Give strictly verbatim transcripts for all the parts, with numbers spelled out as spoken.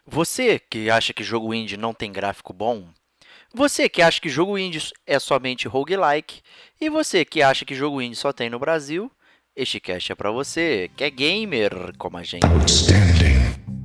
Você que acha que jogo indie não tem gráfico bom, você que acha que jogo indie é somente roguelike, e você que acha que jogo indie só tem no Brasil, este cast é pra você, que é gamer como a gente. Outstanding.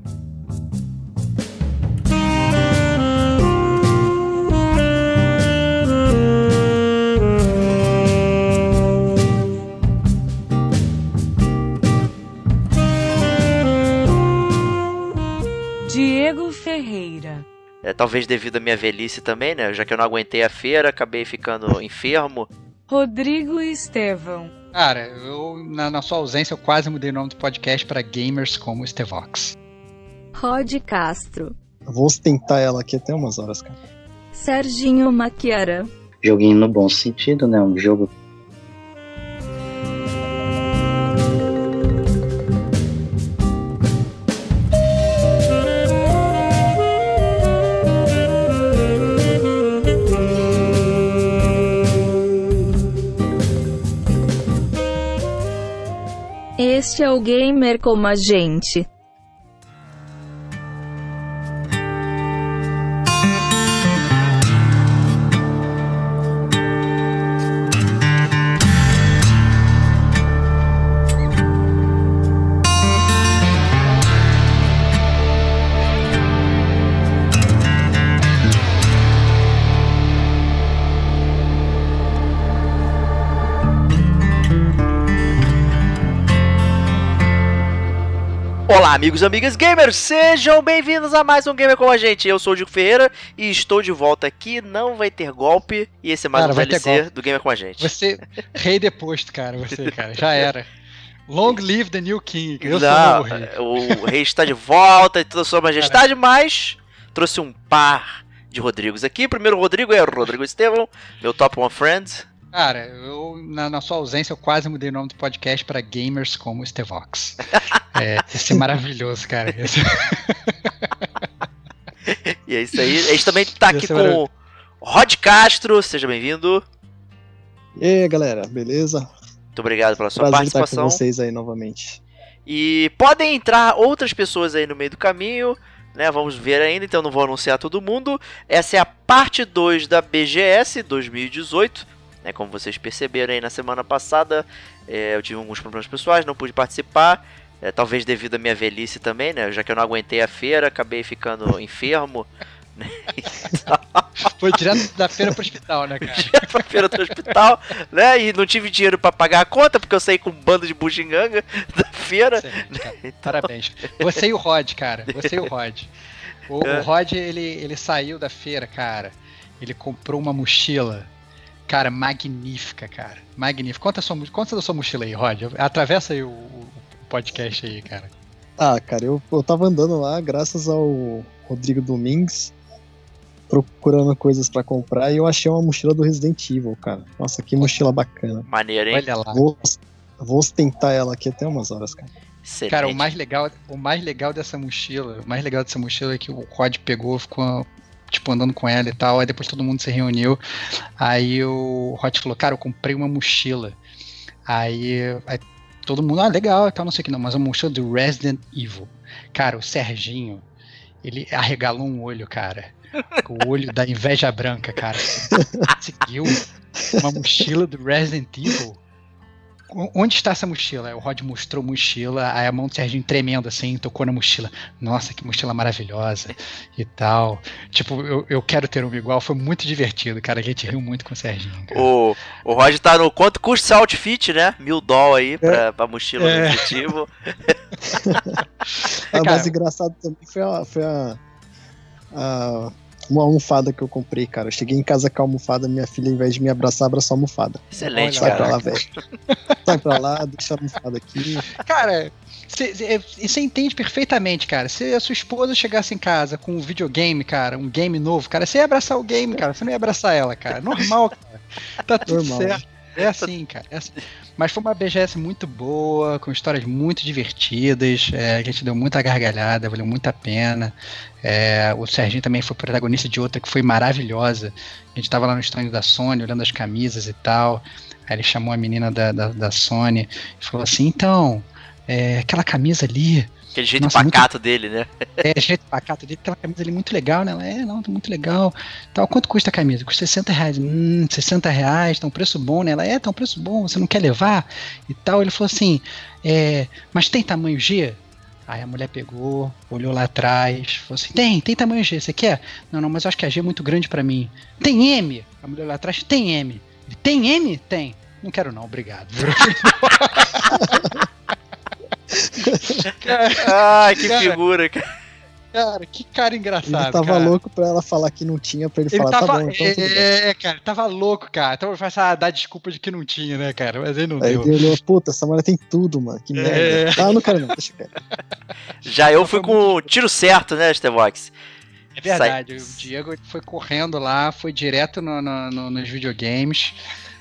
Diego Ferreira. É, talvez devido à minha velhice também, né? Já que eu não aguentei a feira, acabei ficando enfermo. Rodrigo Estevão. Cara, eu, na, na sua ausência, eu quase mudei o nome do podcast para Gamers como Estevox. Rod Castro. Eu vou ostentar ela aqui até umas horas, cara. Serginho Maquiara. Joguinho no bom sentido, né? Um jogo. Este é o Gamer como a gente. Olá, amigos e amigas gamers, sejam bem-vindos a mais um Gamer com a gente. Eu sou o Diego Ferreira e estou de volta aqui. Não vai ter golpe e esse é mais Cara, um vai D L ter C golpe. do Gamer com a gente. Você, rei deposto, cara, você, cara, já era. Long live the new king. Eu sou Não, o rei. o rei está de volta e toda sua majestade, mas trouxe um par de Rodrigos aqui. Primeiro o Rodrigo é o Rodrigo Estevão, meu top one friend. Cara, eu, na, na sua ausência, eu quase mudei o nome do podcast para Gamers como Estevox. É, esse é maravilhoso, cara. Esse... E é isso aí. A gente também tá aqui Esse é com o maravilhoso. Rod Castro, seja bem-vindo. E aí, galera, beleza? Muito obrigado pela sua Prazer estar participação. com vocês aí novamente. E podem entrar outras pessoas aí no meio do caminho, né? Vamos ver ainda, então não vou anunciar todo mundo. Essa é a parte dois da B G S dois mil e dezoito, né? Como vocês perceberam aí na semana passada, é, eu tive alguns problemas pessoais, não pude participar. É, talvez devido à minha velhice também, né? Já que eu não aguentei a feira, acabei ficando enfermo. Né? Foi direto da feira pro hospital, né, cara? Direto pra feira do hospital, né? E não tive dinheiro pra pagar a conta, porque eu saí com um bando de bugiganga da feira. Excelente, cara. Parabéns. Você e o Rod, cara. Você e o Rod. O, É. o Rod, ele, ele saiu da feira, cara. Ele comprou uma mochila. Cara, magnífica, cara. Magnífica. Conta, a sua, mo- conta da sua mochila aí, Rod. Atravessa aí o, o podcast aí, cara. Ah, cara, eu, eu tava andando lá graças ao Rodrigo Domingues, procurando coisas pra comprar, e eu achei uma mochila do Resident Evil, cara. Nossa, que mochila bacana. Maneiro, hein? Olha lá. Vou, vou ostentar ela aqui até umas horas, cara. Excelente. Cara, o mais legal, o mais legal dessa mochila, o mais legal dessa mochila é que o Rod pegou, ficou tipo andando com ela e tal, aí depois todo mundo se reuniu, aí o Rod falou, cara, eu comprei uma mochila. Aí, aí todo mundo, ah, legal e tal, não sei o que não, mas uma mochila do Resident Evil. Cara, o Serginho, ele arregalou um olho, cara. O olho da inveja branca, cara. Conseguiu uma mochila do Resident Evil. O- Onde está essa mochila? Aí o Rod mostrou a mochila, aí a mão do Serginho tremendo assim, tocou na mochila. Nossa, que mochila maravilhosa e tal. Tipo, eu, eu quero ter uma igual. Foi muito divertido, cara. A gente riu muito com o Serginho, cara. O, o Rod tá no quanto custa esse outfit, né? Mil dólar aí pra, pra mochila É. do Resident Evil. Ah, cara, mas engraçado também foi a, foi a, a- uma almofada que eu comprei, cara. Eu cheguei em casa com a almofada, minha filha, ao invés de me abraçar, abraçou a almofada. Excelente, Olha Sai pra cara. lá, velho. Sai pra lá, deixa a almofada aqui. Cara, cê- cê- e você entende perfeitamente, cara. Se a sua esposa chegasse em casa com um videogame, cara, um game novo, cara, você ia abraçar o game, cara. Você não ia abraçar ela, cara. Normal, cara. Tá tudo Normal. certo. É assim, cara. É assim. Mas foi uma B G S muito boa, com histórias muito divertidas. É, a gente deu muita gargalhada, valeu muito a pena. É, o Serginho também foi protagonista de outra que foi maravilhosa. A gente tava lá no stand da Sony, olhando as camisas e tal. Aí ele chamou a menina da, da, da Sony e falou assim, então, é, aquela camisa ali, Aquele jeito Nossa, pacato dele, né? É, jeito pacato dele, tem uma camisa ali muito legal, né? Ela, é, não, tá muito legal. Tal, quanto custa a camisa? Custa sessenta reais. Hum, sessenta reais, tá um preço bom, né? Ela, é, tá um preço bom, você não quer levar? E tal. Ele falou assim, é, mas tem tamanho G? Aí a mulher pegou, olhou lá atrás, falou assim, tem, tem tamanho G, você quer? Não, não, mas eu acho que a G é muito grande pra mim. Tem M? A mulher lá atrás, tem M. Ele, tem M? Tem. Não quero não, obrigado. Ai, que cara, figura, cara. Cara, que cara engraçado. Ele tava cara. louco pra ela falar que não tinha, pra ele, Ele falar, tava, tá bom, então tudo bem. é, cara, tava louco, cara. Então vai ah, dar desculpa de que não tinha, né, cara? Mas ele não Aí deu. ele olhou, puta, essa mulher tem tudo, mano, que É. merda. Ah, não quero não, deixa quieto. Já eu fui com o tiro certo, né, Stevox? É verdade, o Diego foi correndo lá, foi direto no, no, no, nos videogames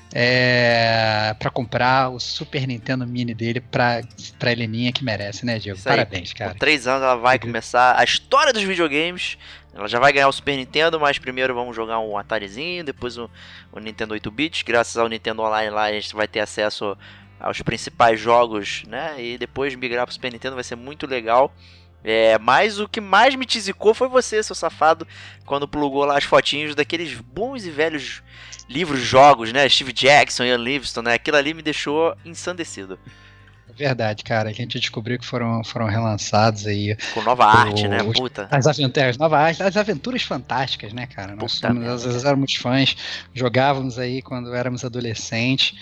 é, pra comprar o Super Nintendo Mini dele pra, pra Heleninha que merece, né, Diego? Isso aí. Parabéns, cara. Com três anos ela vai começar a história dos videogames. Ela já vai ganhar o Super Nintendo, mas primeiro vamos jogar um Atarizinho, depois o, o Nintendo oito bits. Graças ao Nintendo Online lá a gente vai ter acesso aos principais jogos, né? E depois migrar pro Super Nintendo vai ser muito legal. É, mas o que mais me tisicou foi você, seu safado, quando plugou lá as fotinhos daqueles bons e velhos livros, jogos, né? Steve Jackson, Ian Livingstone, né? Aquilo ali me deixou ensandecido. É verdade, cara. A gente descobriu que foram, foram relançados aí. Com nova arte, né? os- Puta. As aventuras, novas, as aventuras fantásticas, né, cara? Nós, Puta somos- merda. às vezes éramos fãs, jogávamos aí quando éramos adolescentes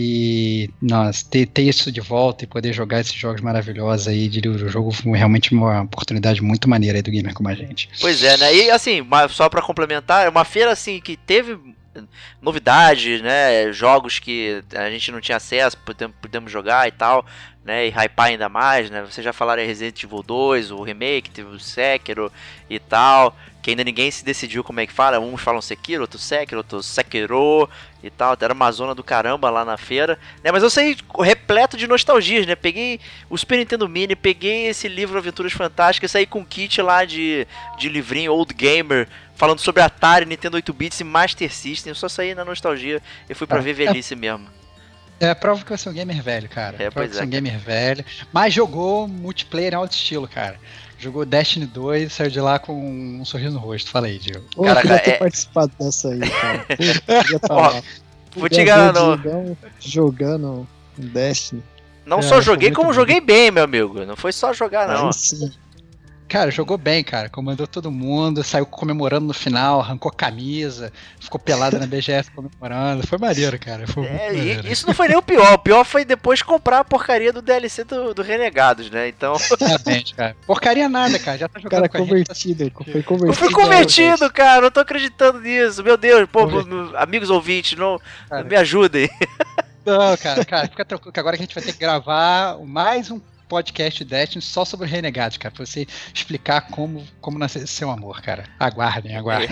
e nós ter, ter isso de volta e poder jogar esses jogos maravilhosos aí de livro jogo foi realmente uma oportunidade muito maneira aí do gamer como a gente. Pois é, né? E assim, mas só pra complementar, é uma feira assim que teve novidades, né? Jogos que a gente não tinha acesso, podemos, podemos jogar e tal, né? E hypar ainda mais, né? Vocês já falaram em Resident Evil dois, o remake, teve o Sekiro e tal, que ainda ninguém se decidiu como é que fala. Uns falam Sekiro, outros Sekiro, outros Sekiro e tal. Era uma zona do caramba lá na feira, né? Mas eu saí repleto de nostalgias, né? Peguei o Super Nintendo Mini, peguei esse livro Aventuras Fantásticas, saí com um kit lá de, de livrinho Old Gamer, falando sobre Atari, Nintendo oito bits e Master System. Eu só saí na nostalgia e fui pra Ah, ver velhice mesmo. É prova que você é um gamer velho, cara. É, prova pois que você é é, um gamer velho. Mas jogou multiplayer em alto estilo, cara. Jogou Destiny dois, saiu de lá com um sorriso no rosto. Fala aí, Diego. Pô, Caraca, eu queria ter é- participado dessa aí, cara. Pô, eu queria tá Ó, lá. Vou Queria te ver enganar, o não. Diegão jogando Destiny. Não É, só foi joguei, muito como bom. joguei bem, meu amigo. Não foi só jogar, não. Aí sim. Cara, jogou bem, cara. Comandou todo mundo, saiu comemorando no final, arrancou camisa, ficou pelado na B G S comemorando. Foi maneiro, cara. Foi muito É, maneiro. e isso não foi nem o pior. O pior foi depois comprar a porcaria do D L C do, do Renegados, né? Então. Parabéns, cara. Porcaria nada, cara. Já tá O jogando cara com a gente. convertido, foi convertido. Eu fui ao convertido, cara. Eu tô acreditando nisso. Meu Deus, pô, Convertido. amigos ouvintes, não, Cara. me ajudem. Não, cara, cara, fica tranquilo que agora a gente vai ter que gravar mais um podcast Destiny só sobre Renegados, cara, pra você explicar como, como nasceu seu amor, cara. Aguardem, aguardem.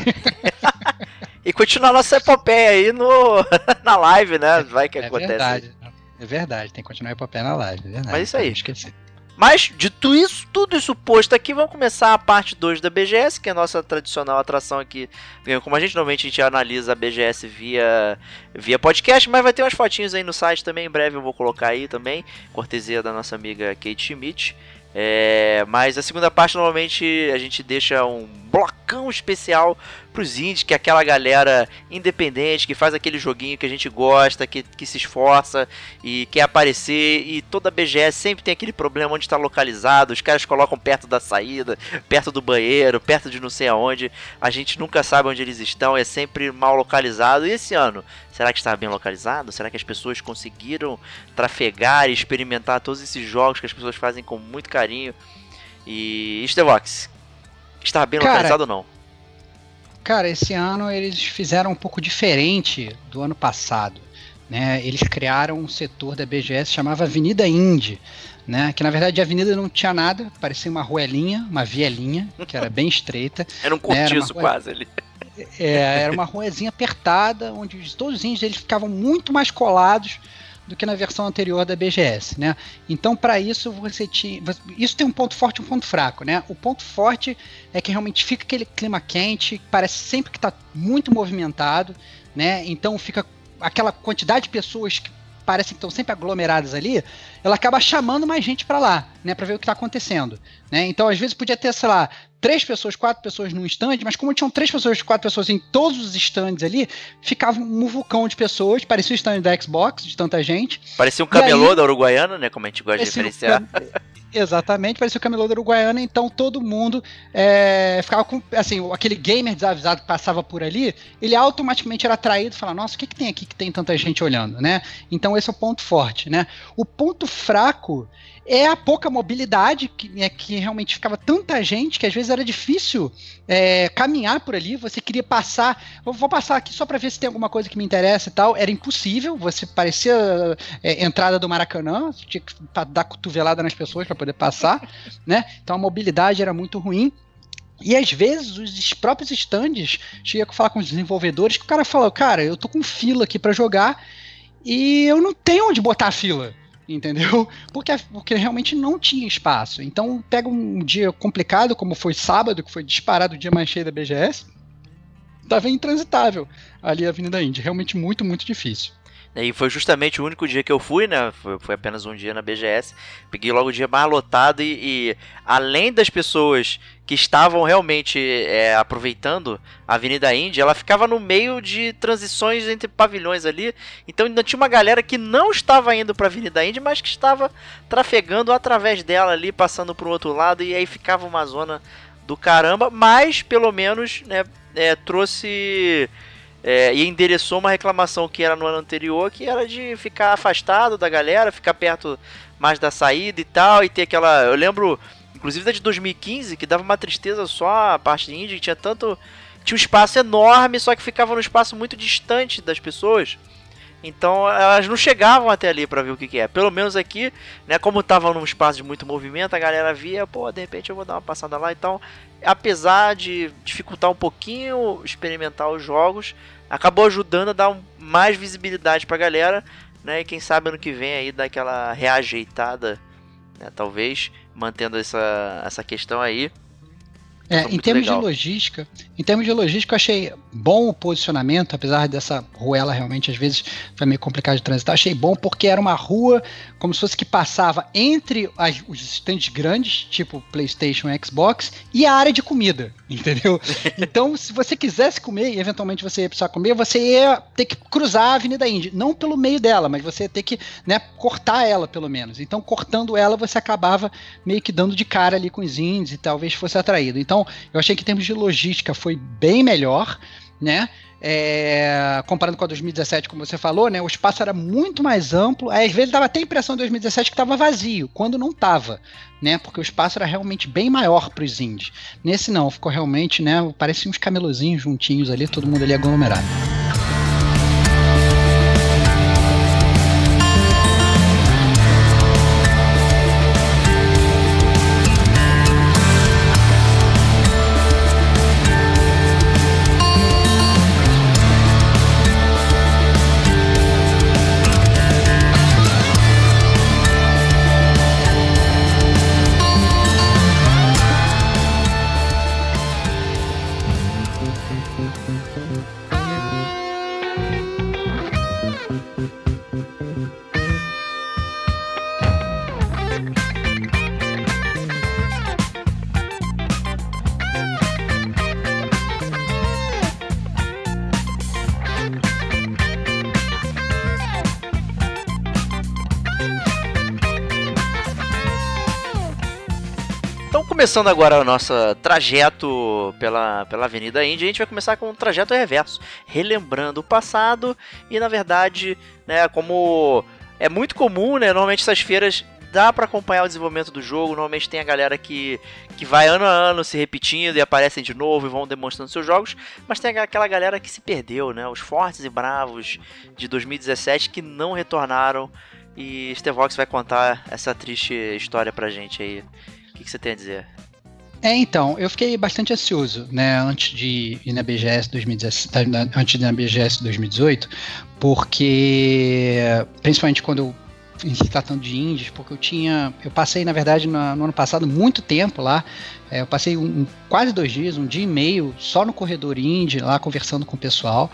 E continuar nossa epopeia aí no, na live, né? Vai que É acontece. verdade. É verdade, tem que continuar o papel na live, é verdade. Mas isso pra aí. não esquecer. Mas, dito isso, tudo isso posto aqui, vamos começar a parte dois da B G S, que é a nossa tradicional atração aqui. Como a gente normalmente a gente analisa a B G S via, via podcast, mas vai ter umas fotinhas aí no site também, em breve eu vou colocar aí também, cortesia da nossa amiga Kate Schmidt. É, mas a segunda parte normalmente a gente deixa um blocão especial pros indies, que é aquela galera independente, que faz aquele joguinho que a gente gosta, que, que se esforça e quer aparecer, e toda a B G S sempre tem aquele problema onde está localizado, os caras colocam perto da saída, perto do banheiro, perto de não sei aonde, a gente nunca sabe onde eles estão, é sempre mal localizado. E esse ano, será que está bem localizado? Será que as pessoas conseguiram trafegar e experimentar todos esses jogos que as pessoas fazem com muito carinho? E Stevox, está bem Cara, localizado ou não? Cara, esse ano eles fizeram um pouco diferente do ano passado, né? Eles criaram um setor da B G S chamava Avenida Indie, né? Que na verdade a avenida não tinha nada, parecia uma ruelinha, uma vielinha, que era bem estreita. Era um Era uma cortiço coisa- quase ali. É, era uma ruezinha apertada, onde os- todos os indies eles ficavam muito mais colados do que na versão anterior da B G S, né? Então, para isso, você tinha... Isso tem um ponto forte e um ponto fraco, né? O ponto forte é que realmente fica aquele clima quente, parece sempre que está muito movimentado, né? Então, fica aquela quantidade de pessoas que parecem que estão sempre aglomeradas ali, ela acaba chamando mais gente para lá, né, para ver o que está acontecendo, né? Então, às vezes podia ter, sei lá, três pessoas, quatro pessoas num stand, mas como tinham três pessoas, quatro pessoas em todos os stands ali, ficava um vulcão de pessoas, parecia o stand da Xbox, de tanta gente. Parecia um camelô aí, da Uruguaiana, né, como a gente gosta de referenciar. Um, exatamente, parecia o camelô da Uruguaiana, então todo mundo é, ficava com, assim, aquele gamer desavisado que passava por ali, ele automaticamente era atraído e falava, nossa, o que, que tem aqui que tem tanta gente olhando, né? Então esse é o ponto forte, né? O ponto fraco é a pouca mobilidade, que, é, que realmente ficava tanta gente que às vezes era difícil é, caminhar por ali, você queria passar, eu vou passar aqui só para ver se tem alguma coisa que me interessa e tal, era impossível, você parecia é, entrada do Maracanã, você tinha que dar cotovelada nas pessoas para poder passar, né? Então a mobilidade era muito ruim. E às vezes os próprios stands chegam a falar com os desenvolvedores que o cara fala, cara, eu tô com fila aqui para jogar e eu não tenho onde botar a fila. Entendeu? Porque, porque realmente não tinha espaço. Então pega um dia complicado, como foi sábado, que foi disparado o dia mais cheio da B G S, estava intransitável ali a Avenida Indy. Realmente muito, muito difícil. E foi justamente o único dia que eu fui, né? Foi, foi apenas um dia na B G S. Peguei logo o dia mais lotado e, e além das pessoas que estavam realmente é, aproveitando a Avenida Indy, ela ficava no meio de transições entre pavilhões ali. Então ainda tinha uma galera que não estava indo para a Avenida Indy, mas que estava trafegando através dela ali, passando para o outro lado. E aí ficava uma zona do caramba, mas pelo menos, né, é, trouxe... É, e endereçou uma reclamação que era no ano anterior, que era de ficar afastado da galera, ficar perto mais da saída e tal, e ter aquela... Eu lembro, inclusive da de dois mil e quinze, que dava uma tristeza só a parte de Indy, que tinha tanto... Tinha um espaço enorme, só que ficava num espaço muito distante das pessoas. Então elas não chegavam até ali pra ver o que, que é. Pelo menos aqui, né, como tava num espaço de muito movimento, a galera via, pô, de repente eu vou dar uma passada lá. Então, apesar de dificultar um pouquinho experimentar os jogos, acabou ajudando a dar um, mais visibilidade pra galera, né? E quem sabe ano que vem aí dar aquela reajeitada, né, talvez, mantendo essa, essa questão aí. É, em termos legal. de logística, em termos de logística, eu achei bom o posicionamento, apesar dessa ruela realmente às vezes foi meio complicado de transitar. Achei bom porque era uma rua como se fosse que passava entre as, os stands grandes, tipo PlayStation e Xbox, e a área de comida, entendeu? Então, se você quisesse comer e eventualmente você ia precisar comer, você ia ter que cruzar a Avenida Indy, não pelo meio dela, mas você ia ter que, né, cortar ela pelo menos. Então, cortando ela, você acabava meio que dando de cara ali com os indies e talvez fosse atraído. Então, eu achei que em termos de logística foi bem melhor, né? É, comparando com a dois mil e dezessete, como você falou, né? O espaço era muito mais amplo. Aí, às vezes dava até a impressão em dois mil e dezessete que estava vazio, quando não estava, né? Porque o espaço era realmente bem maior para os indies. Nesse não, ficou realmente, né? Parecia uns camelozinhos juntinhos ali, todo mundo ali aglomerado. Começando agora o nosso trajeto pela, pela Avenida Indy, a gente vai começar com um trajeto reverso, relembrando o passado e, na verdade, né, como é muito comum, né, normalmente essas feiras dá para acompanhar o desenvolvimento do jogo, normalmente tem a galera que, que vai ano a ano se repetindo e aparecem de novo e vão demonstrando seus jogos, mas tem aquela galera que se perdeu, né, os fortes e bravos de dois mil e dezessete que não retornaram, e Stevox vai contar essa triste história pra gente aí. O que, que você tem a dizer? É, então, eu fiquei bastante ansioso, né, antes de ir na B G S dois mil e dezessete, antes de ir na B G S dois mil e dezoito, porque, principalmente quando eu em se tratando de indies, porque eu tinha, eu passei na verdade no, no ano passado muito tempo lá, é, eu passei um, um, quase dois dias, um dia e meio só no corredor indie, lá conversando com o pessoal,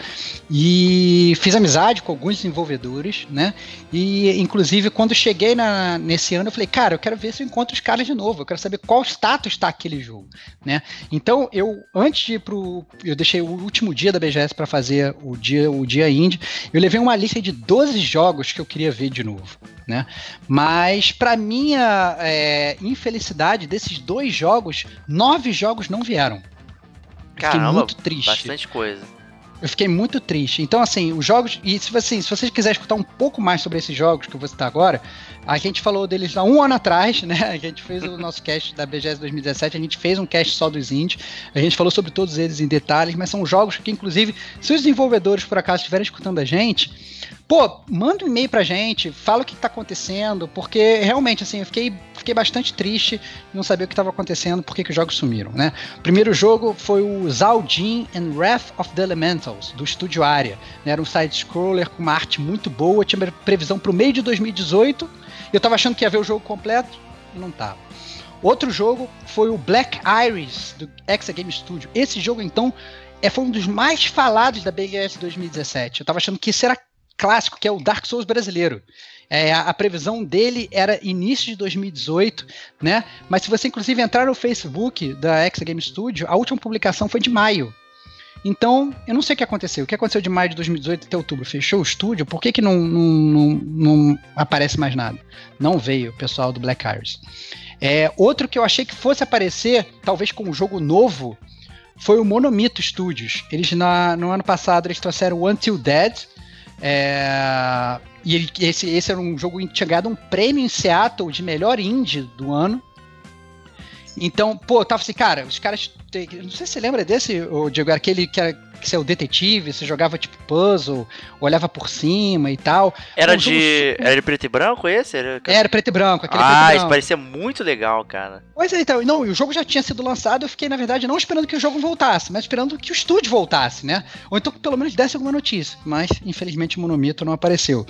e fiz amizade com alguns desenvolvedores, né, e inclusive quando cheguei na, nesse ano eu falei, cara, eu quero ver se eu encontro os caras de novo, eu quero saber qual status está aquele jogo, né, então eu, antes de ir pro, eu deixei o último dia da B G S para fazer o dia, o dia indie, eu levei uma lista de doze jogos que eu queria ver de novo, né? Mas para minha é, infelicidade, desses dois jogos, nove jogos não vieram. Eu Caramba, fiquei muito triste. Bastante coisa. Eu fiquei muito triste. Então, assim, os jogos. E se, assim, se vocês quiserem escutar um pouco mais sobre esses jogos que eu vou citar agora, a gente falou deles há um ano atrás, né? A gente fez o nosso cast da B G S dois mil e dezessete, a gente fez um cast só dos indies. A gente falou sobre todos eles em detalhes, mas são jogos que, inclusive, se os desenvolvedores por acaso estiverem escutando a gente, pô, manda um e-mail pra gente, fala o que tá acontecendo, porque realmente, assim, eu fiquei, fiquei bastante triste em não saber o que estava acontecendo, porque que os jogos sumiram, né? O primeiro jogo foi o Zaujin and Wrath of the Elementals, do estúdio Aria, né? Era um side-scroller com uma arte muito boa, tinha previsão pro meio de dois mil e dezoito, e eu tava achando que ia ver o jogo completo, e não tava. Outro jogo foi o Black Iris, do Exagame Studio. Esse jogo, então, é, foi um dos mais falados da B G S dois mil e dezessete. Eu tava achando que esse era clássico, que é o Dark Souls brasileiro. É, a, a previsão dele era início de dois mil e dezoito, né? Mas se você inclusive entrar no Facebook da Exagame Studio, a última publicação foi de maio. Então, eu não sei o que aconteceu. O que aconteceu de maio de dois mil e dezoito até outubro? Fechou o estúdio? Por que, que não, não, não, não aparece mais nada? Não veio o pessoal do Black Iris. É, outro que eu achei que fosse aparecer, talvez com um jogo novo, foi o Monomito Studios. Eles, na, no ano passado, eles trouxeram o Until Dead. É, e ele, esse, esse era um jogo que tinha ganhado um prêmio em Seattle de melhor indie do ano. Então, pô, eu tava assim, cara, os caras. Não sei se você lembra desse, o Diego, era aquele que era que você é o detetive, você jogava tipo puzzle, olhava por cima e tal. Era, um de, super... era de preto e branco esse? Era, era preto e branco, aquele ah, preto e branco. Isso parecia muito legal, cara. Pois é, então, não, e o jogo já tinha sido lançado, eu fiquei, na verdade, não esperando que o jogo voltasse, mas esperando que o estúdio voltasse, né? Ou então que pelo menos desse alguma notícia, mas infelizmente o Monomito não apareceu.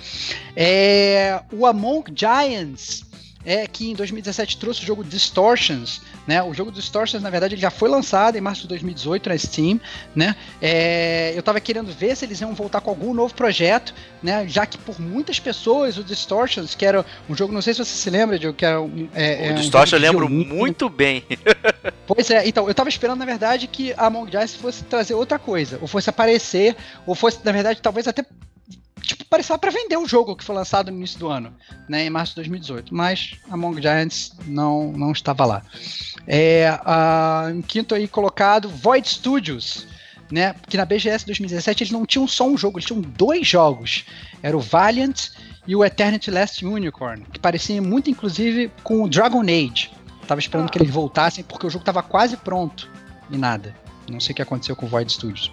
É, o Among Giants, é, que em dois mil e dezessete trouxe o jogo Distortions, né? O jogo Distortions, na verdade, ele já foi lançado em março de dois mil e dezoito na Steam, né? É, eu tava querendo ver se eles iam voltar com algum novo projeto, né? Já que por muitas pessoas o Distortions, que era um jogo, não sei se você se lembra, Diogo, que era um, é, o é um Distortions eu lembro violino. muito bem. Pois é, então, eu tava esperando, na verdade, que a Among Us fosse trazer outra coisa, ou fosse aparecer, ou fosse, na verdade, talvez até tipo, parecia para vender o jogo que foi lançado no início do ano, né, em março de dois mil e dezoito, mas Among Giants não, não estava lá. É, a, em quinto aí colocado, Void Studios, né, que na B G S dois mil e dezessete eles não tinham só um jogo, eles tinham dois jogos, era o Valiant e o Eternity Last Unicorn, que pareciam muito inclusive com o Dragon Age. Eu tava esperando ah. que eles voltassem porque o jogo estava quase pronto e nada. Não sei o que aconteceu com o Void Studios.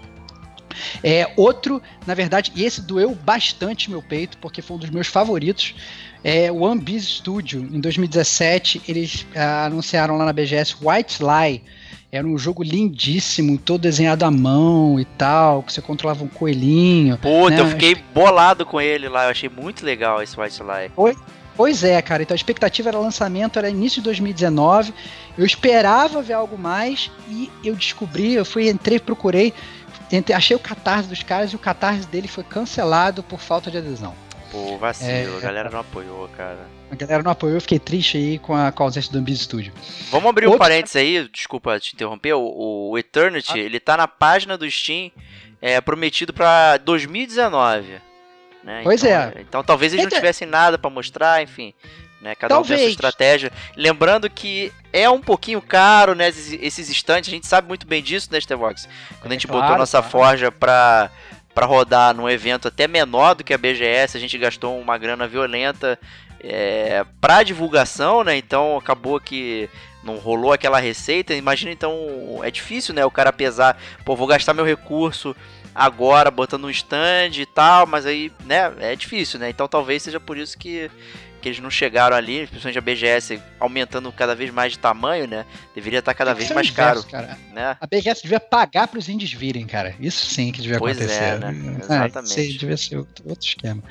É, outro, na verdade, e esse doeu bastante meu peito, porque foi um dos meus favoritos, é o One Piece Studio. Em dois mil e dezessete, eles ah, anunciaram lá na B G S White Lie. Era um jogo lindíssimo, todo desenhado à mão e tal, que você controlava um coelhinho. Puta, né? eu fiquei bolado com ele lá, eu achei muito legal esse White Lie. Foi? Pois é, cara, então a expectativa era lançamento, era início de dois mil e dezenove, eu esperava ver algo mais e eu descobri, eu fui, entrei, procurei, Entre, achei o Catarse dos caras e o Catarse dele foi cancelado por falta de adesão. Pô, vacilo, É, a galera não apoiou, cara. A galera não apoiou, eu fiquei triste aí com a, com a ausência do Ambiz Studio. Vamos abrir Outro... um parênteses aí, desculpa te interromper, o, o Eternity, ah. ele tá na página do Steam, é, prometido pra dois mil e dezenove. Né? Pois então, é. Então talvez eles Eita. não tivessem nada pra mostrar, enfim. Né? Cada Talvez. um tem a sua estratégia. Lembrando que é um pouquinho caro, né? Esses, esses estantes, a gente sabe muito bem disso, né, Stevox? Quando é, a gente claro, botou nossa claro. forja pra, pra rodar num evento até menor do que a B G S, a gente gastou uma grana violenta é, pra divulgação, né? Então acabou que não rolou aquela receita. Imagina, então, é difícil, né? O cara pesar, pô, vou gastar meu recurso agora botando um stand e tal, mas aí, né, é difícil, né? Então talvez seja por isso que que eles não chegaram ali, principalmente a B G S aumentando cada vez mais de tamanho, né? Deveria estar cada vez mais inverso, caro. Cara. Né? A B G S devia pagar para os indies virem, cara. Isso sim que devia pois acontecer. É, né? Exatamente. Ah, isso devia ser outro, outro esquema.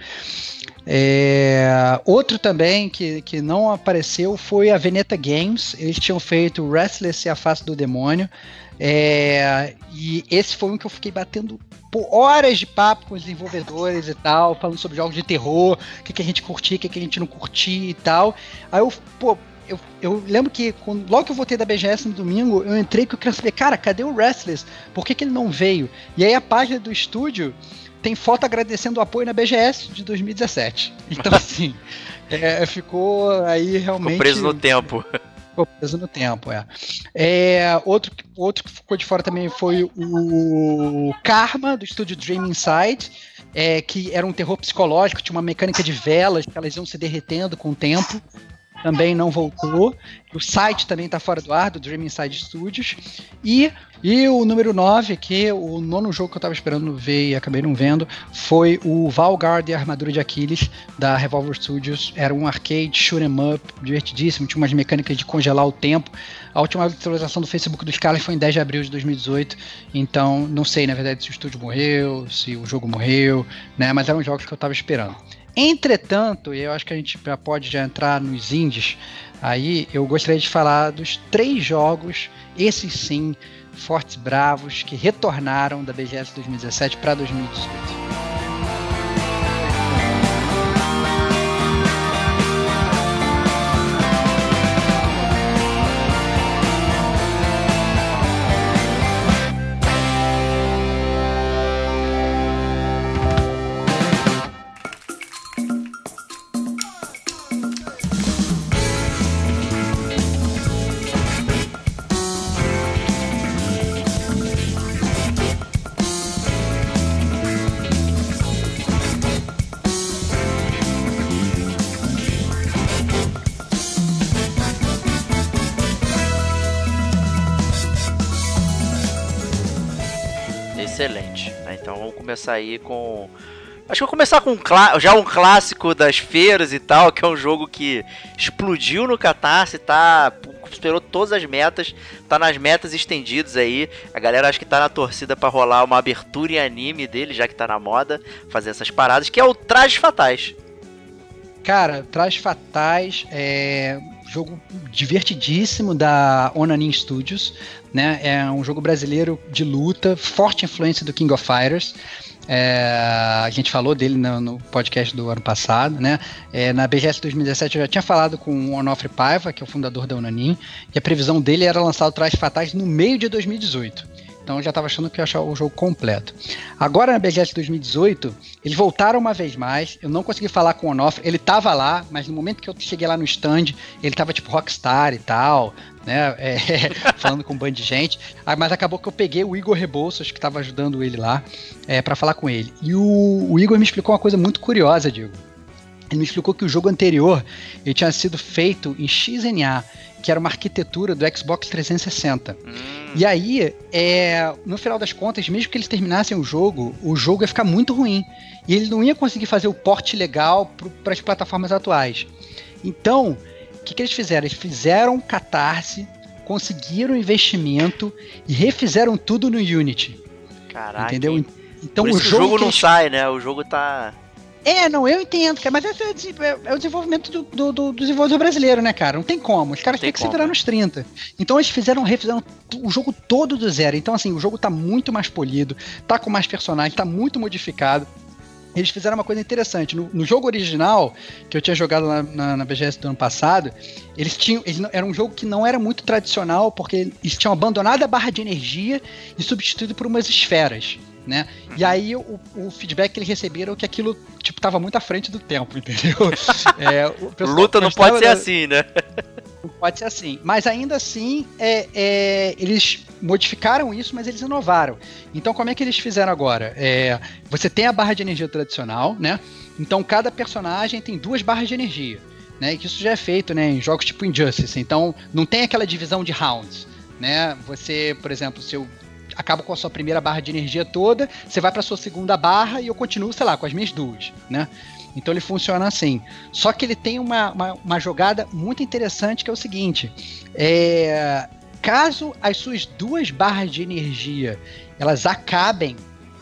É, outro também que, que não apareceu foi a Veneta Games. Eles tinham feito Restless e a Face do Demônio. É, e esse foi um que eu fiquei batendo por horas de papo com os desenvolvedores e tal, falando sobre jogos de terror, o que, que a gente curtia, o que, que a gente não curtia e tal. Aí eu, pô, eu, eu lembro que quando, logo que eu voltei da B G S no domingo, eu entrei que eu queria saber, cara, cadê o Restless? Por que, que ele não veio? E aí a página do estúdio tem foto agradecendo o apoio na B G S de dois mil e dezessete. Então, assim, é, ficou aí realmente... Ficou preso no tempo. Ficou preso no tempo, é. é outro, outro que ficou de fora também foi o Karma, do estúdio Dream Inside, é, que era um terror psicológico, tinha uma mecânica de velas, que elas iam se derretendo com o tempo. Também não voltou. O site também está fora do ar, do Dream Inside Studios. E, e o número nove, que o nono jogo que eu estava esperando ver e acabei não vendo, foi o Valgard e a Armadura de Aquiles, da Revolver Studios. Era um arcade shoot 'em up, divertidíssimo, tinha umas mecânicas de congelar o tempo. A última atualização do Facebook dos caras foi em dez de abril de dois mil e dezoito, então não sei, na verdade, se o estúdio morreu, se o jogo morreu, né? Mas eram jogos que eu estava esperando. Entretanto, e eu acho que a gente já pode já entrar nos indies, aí eu gostaria de falar dos três jogos, esses sim, fortes bravos, que retornaram da B G S dois mil e dezessete para dois mil e dezoito. Excelente. Então vamos começar aí com... Acho que vou começar com um clá... já um clássico das feiras e tal, que é um jogo que explodiu no Catarse, tá... superou todas as metas, tá nas metas estendidas aí. A galera acho que tá na torcida pra rolar uma abertura em anime dele, já que tá na moda fazer essas paradas, que é o Trajes Fatais. Cara, Trajes Fatais é jogo divertidíssimo da Onanin Studios, né? É um jogo brasileiro de luta, forte influência do King of Fighters. É, a gente falou dele no, no podcast do ano passado, né? É, na B G S dois mil e dezessete eu já tinha falado com o Onofre Paiva, que é o fundador da Onanin, e a previsão dele era lançar o Trajes Fatais no meio de dois mil e dezoito. Então eu já estava achando que ia achar o jogo completo. Agora na B G S dois mil e dezoito, eles voltaram uma vez mais. Eu não consegui falar com o Onofre, ele estava lá, mas no momento que eu cheguei lá no stand, ele estava tipo rockstar e tal, né? É, falando com um bando de gente. Mas acabou que eu peguei o Igor Rebouças, que estava ajudando ele lá, é, para falar com ele. E o, o Igor me explicou uma coisa muito curiosa, Diego. Ele me explicou que o jogo anterior ele tinha sido feito em X N A, que era uma arquitetura do Xbox trezentos e sessenta. Hum. E aí, é, no final das contas, mesmo que eles terminassem o jogo, o jogo ia ficar muito ruim. E ele não ia conseguir fazer o porte legal para as plataformas atuais. Então, o que, que eles fizeram? Eles fizeram um Catarse, conseguiram investimento e refizeram tudo no Unity. Caraca. Entendeu? Então, Por isso o que jogo, o jogo não eles... sai, né? O jogo tá... É, não, eu entendo, cara, mas esse é, é o desenvolvimento do, do, do desenvolvedor brasileiro, né, cara? Não tem como, os caras têm que como, se virar né? nos trinta. Então eles fizeram, refizeram o jogo todo do zero. Então, assim, o jogo tá muito mais polido, tá com mais personagens, tá muito modificado. Eles fizeram uma coisa interessante. No, no jogo original, que eu tinha jogado na, na, na B G S do ano passado, eles tinham. Eles, era um jogo que não era muito tradicional, porque eles tinham abandonado a barra de energia e substituído por umas esferas. Né? E aí o, o feedback que eles receberam é que aquilo tipo, tava muito à frente do tempo, entendeu? É, o Luta não pode ser da... assim, né? Não pode ser assim. Mas ainda assim, é, é, eles modificaram isso, mas eles inovaram. Então como é que eles fizeram agora? É, você tem a barra de energia tradicional, né? Então cada personagem tem duas barras de energia, né? E isso já é feito, né, em jogos tipo Injustice. Então não tem aquela divisão de rounds, né? Você, por exemplo, se eu acabo com a sua primeira barra de energia toda, você vai pra sua segunda barra e eu continuo, sei lá, com as minhas duas, né? Então ele funciona assim. Só que ele tem uma, uma, uma jogada muito interessante que é o seguinte, é, caso as suas duas barras de energia elas acabem,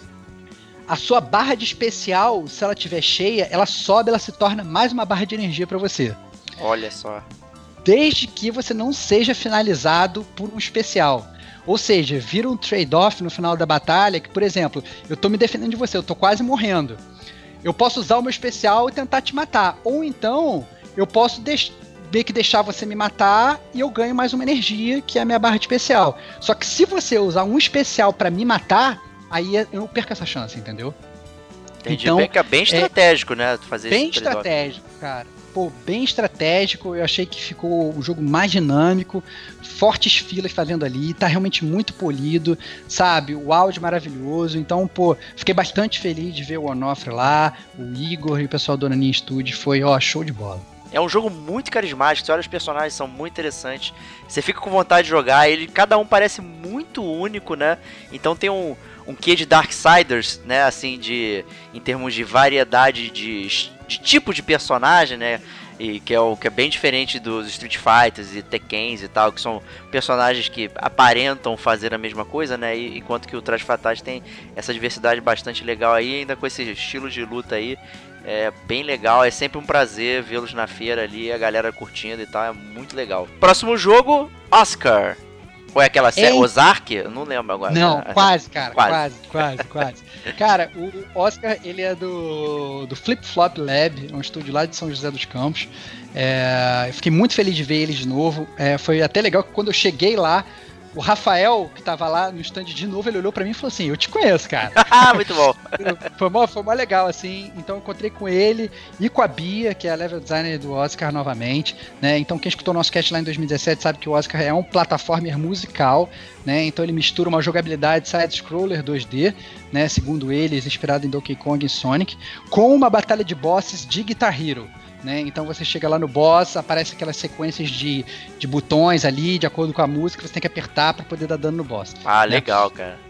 a sua barra de especial, se ela estiver cheia, ela sobe, ela se torna mais uma barra de energia para você. Olha só. Desde que você não seja finalizado por um especial. Ou seja, vira um trade-off no final da batalha, que, por exemplo, eu tô me defendendo de você, eu tô quase morrendo. Eu posso usar o meu especial e tentar te matar. Ou então, eu posso deix- meio que deixar você me matar e eu ganho mais uma energia, que é a minha barra de especial. Só que se você usar um especial pra me matar, aí eu não perco essa chance, entendeu? Entendi. Então, bem, bem estratégico, é, né? Fazer bem esse estratégico, cara. Pô, bem estratégico, eu achei que ficou o jogo mais dinâmico, fortes filas fazendo ali, tá realmente muito polido, sabe, o áudio maravilhoso, então, pô, fiquei bastante feliz de ver o Onofre lá, o Igor e o pessoal do Onanin Studio, foi, ó, show de bola. É um jogo muito carismático, você olha os personagens, são muito interessantes, você fica com vontade de jogar, ele, cada um parece muito único, né, então tem um, um quê de Darksiders, né, assim, de, em termos de variedade de, de tipo de personagem, né, e que é o que é bem diferente dos Street Fighters e Tekkens e tal, que são personagens que aparentam fazer a mesma coisa, né, e, enquanto que o Traje Fatais tem essa diversidade bastante legal aí, ainda com esse estilo de luta aí, é bem legal, é sempre um prazer vê-los na feira ali, a galera curtindo e tal, é muito legal. Próximo jogo, Oscar. Ou é aquela série, Ei. Ozark? Eu não lembro agora. Não, é, quase, cara, quase, quase, quase, quase. Cara, o Oscar, ele é do, do Flip Flop Lab, um estúdio lá de São José dos Campos. É, eu fiquei muito feliz de ver eles de novo. É, foi até legal que quando eu cheguei lá, o Rafael, que tava lá no stand de novo, ele olhou pra mim e falou assim, eu te conheço, cara. Muito bom. Foi mó, foi mó legal, assim. Então eu encontrei com ele e com a Bia, que é a level designer do Oscar novamente, né? Então quem escutou o nosso cast lá em dois mil e dezessete sabe que o Oscar é um plataformer musical, né? Então ele mistura uma jogabilidade side-scroller dois D, né? Segundo eles, inspirado em Donkey Kong e Sonic, com uma batalha de bosses de Guitar Hero. Né? Então você chega lá no boss, aparece aquelas sequências de, de botões ali, de acordo com a música, você tem que apertar para poder dar dano no boss. Ah, né? legal, cara.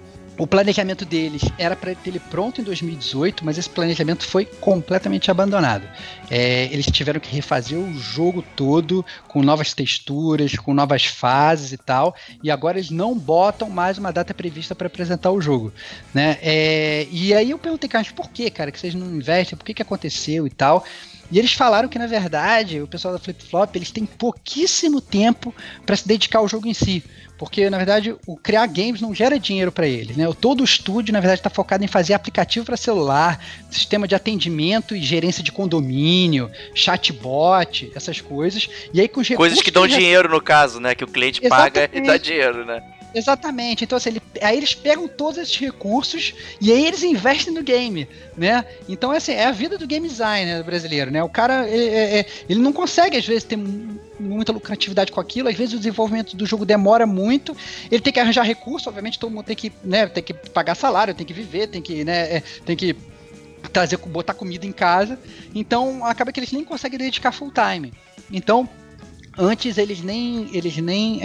O planejamento deles era para ter ele pronto em dois mil e dezoito, mas esse planejamento foi completamente abandonado. É, eles tiveram que refazer o jogo todo com novas texturas, com novas fases e tal, e agora eles não botam mais uma data prevista para apresentar o jogo. Né? É, e aí eu perguntei, cara, mas por que, cara, que vocês não investem? Por que, que aconteceu e tal? E eles falaram que, na verdade, o pessoal da Flip Flop, eles têm pouquíssimo tempo para se dedicar ao jogo em si. Porque, na verdade, o criar games não gera dinheiro para eles, né? Todo o estúdio, na verdade, está focado em fazer aplicativo para celular, sistema de atendimento e gerência de condomínio, chatbot, essas coisas. E aí, com os coisas que dão dinheiro, no caso, né? Que o cliente Exatamente. paga e dá dinheiro, né? Exatamente, então assim, ele, aí eles pegam todos esses recursos e aí eles investem no game, né? Então assim, é a vida do game designer brasileiro, né? O cara, é, é, ele não consegue às vezes ter muita lucratividade com aquilo, às vezes o desenvolvimento do jogo demora muito, ele tem que arranjar recurso, obviamente todo mundo tem que, né, tem que pagar salário, tem que viver, tem que, né, é, tem que trazer, botar comida em casa, então acaba que eles nem conseguem dedicar full time. Então, antes eles nem, eles nem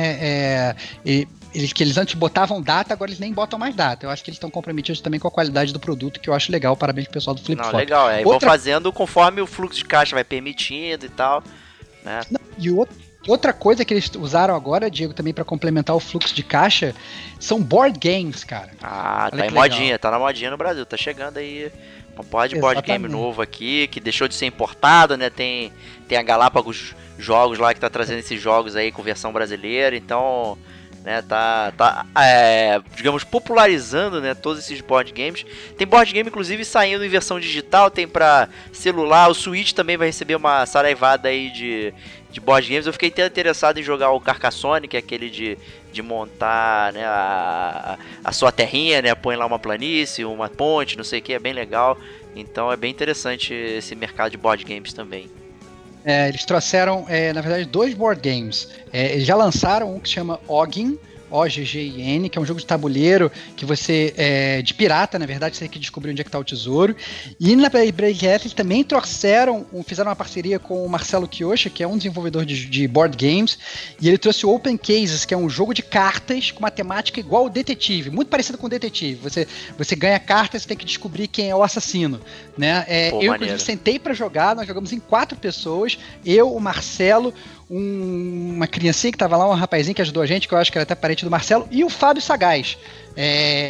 é, é, eles, que eles antes botavam data, agora eles nem botam mais data. Eu acho que eles estão comprometidos também com a qualidade do produto, que eu acho legal. Parabéns pro pessoal do Flip Flop. Não, legal, é. E Outra... vão fazendo conforme o fluxo de caixa vai permitindo e tal, né? Não, e o, outra coisa que eles usaram agora, Diego, também para complementar o fluxo de caixa, são board games, cara. Ah, Olha tá em modinha, legal. Tá na modinha no Brasil, tá chegando aí um pod de board game novo aqui, que deixou de ser importado, né? Tem, tem a Galápagos Jogos lá que tá trazendo esses jogos aí com versão brasileira, então... Né, tá, tá é, digamos, popularizando, né, todos esses board games. Tem board game, inclusive, saindo em versão digital, tem pra celular. O Switch também vai receber uma saraivada aí de, de board games. Eu fiquei até interessado em jogar o Carcassonne, que é aquele de, de montar, né, a, a sua terrinha, né, põe lá uma planície, uma ponte, não sei o que, é bem legal. Então é bem interessante esse mercado de board games também. É, eles trouxeram, é, na verdade, dois board games. É, eles já lançaram um que se chama Ogin, O G G I N, que é um jogo de tabuleiro que você, é, de pirata, na verdade, você tem que descobrir onde é que tá o tesouro. E na B G S eles também trouxeram, fizeram uma parceria com o Marcelo Kiosha, que é um desenvolvedor de, de board games, e ele trouxe o Open Cases, que é um jogo de cartas com uma temática igual ao Detetive, muito parecido com o Detetive. Você, você ganha cartas e tem que descobrir quem é o assassino, né? É, Pô, eu, maneiro. inclusive, sentei pra jogar, nós jogamos em quatro pessoas, eu, o Marcelo, um, uma criancinha que tava lá, um rapazinho que ajudou a gente, que eu acho que era até parente do Marcelo, e o Fábio Sagaz, é,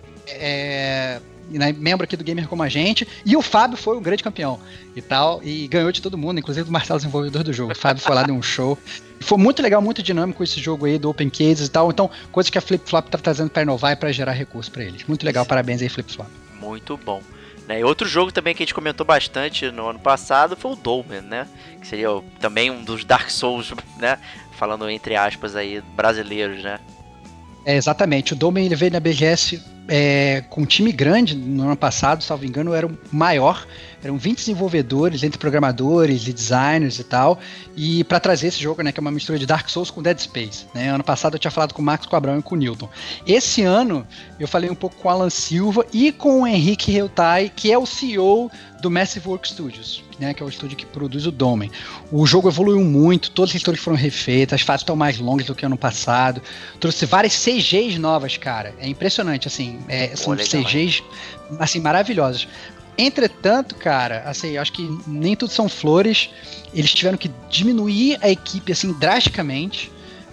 é, né, membro aqui do Gamer Como a Gente, e o Fábio foi um grande campeão e tal, e ganhou de todo mundo, inclusive do Marcelo, desenvolvedor do jogo. O Fábio foi lá, deu um show. Foi muito legal, muito dinâmico esse jogo aí do Open Cases e tal, então coisas que a Flip Flop tá trazendo pra inovar e pra gerar recursos pra eles. Muito legal, parabéns aí, Flip Flop. Muito bom. Né, e outro jogo também que a gente comentou bastante no ano passado foi o Dolmen, né? Que seria o, também um dos Dark Souls, né? Falando entre aspas aí, brasileiros, né? É, exatamente. O Dolmen ele veio na B G S é, com um time grande no ano passado, salvo engano, era o maior. Eram vinte desenvolvedores, entre programadores e designers e tal, e para trazer esse jogo, né, que é uma mistura de Dark Souls com Dead Space, né? Ano passado eu tinha falado com o Marcos, com o Abrão e com o Newton. Esse ano eu falei um pouco com o Alan Silva e com o Henrique Reutai, que é o C E O do Massive Work Studios, né, que é o estúdio que produz o Dolmen. O jogo evoluiu muito, todas as histórias foram refeitas, as fases estão mais longas do que ano passado, trouxe várias C Gs novas, cara. É impressionante, assim, é, são Pô, C Gs assim, maravilhosas. Entretanto, cara, assim, eu acho que nem tudo são flores. Eles tiveram que diminuir a equipe, assim, drasticamente.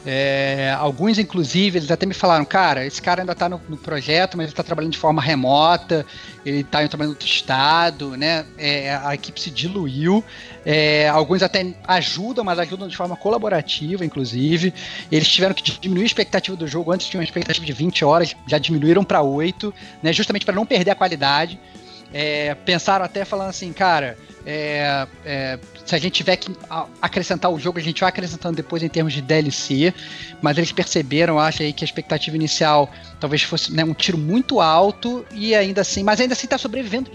É, alguns, inclusive, eles até me falaram, cara, esse cara ainda tá no, no projeto, mas ele tá trabalhando de forma remota, ele tá trabalhando em outro estado, né? É, a equipe se diluiu. É, alguns até ajudam, mas ajudam de forma colaborativa, inclusive. Eles tiveram que diminuir a expectativa do jogo. Antes tinha uma expectativa de vinte horas, já diminuíram para oito, né? Justamente para não perder a qualidade. É, pensaram até falando assim, cara, é, é, se a gente tiver que acrescentar o jogo, a gente vai acrescentando depois em termos de D L C, mas eles perceberam, acho aí, que a expectativa inicial talvez fosse, né, um tiro muito alto e ainda assim, mas ainda assim tá sobrevivendo,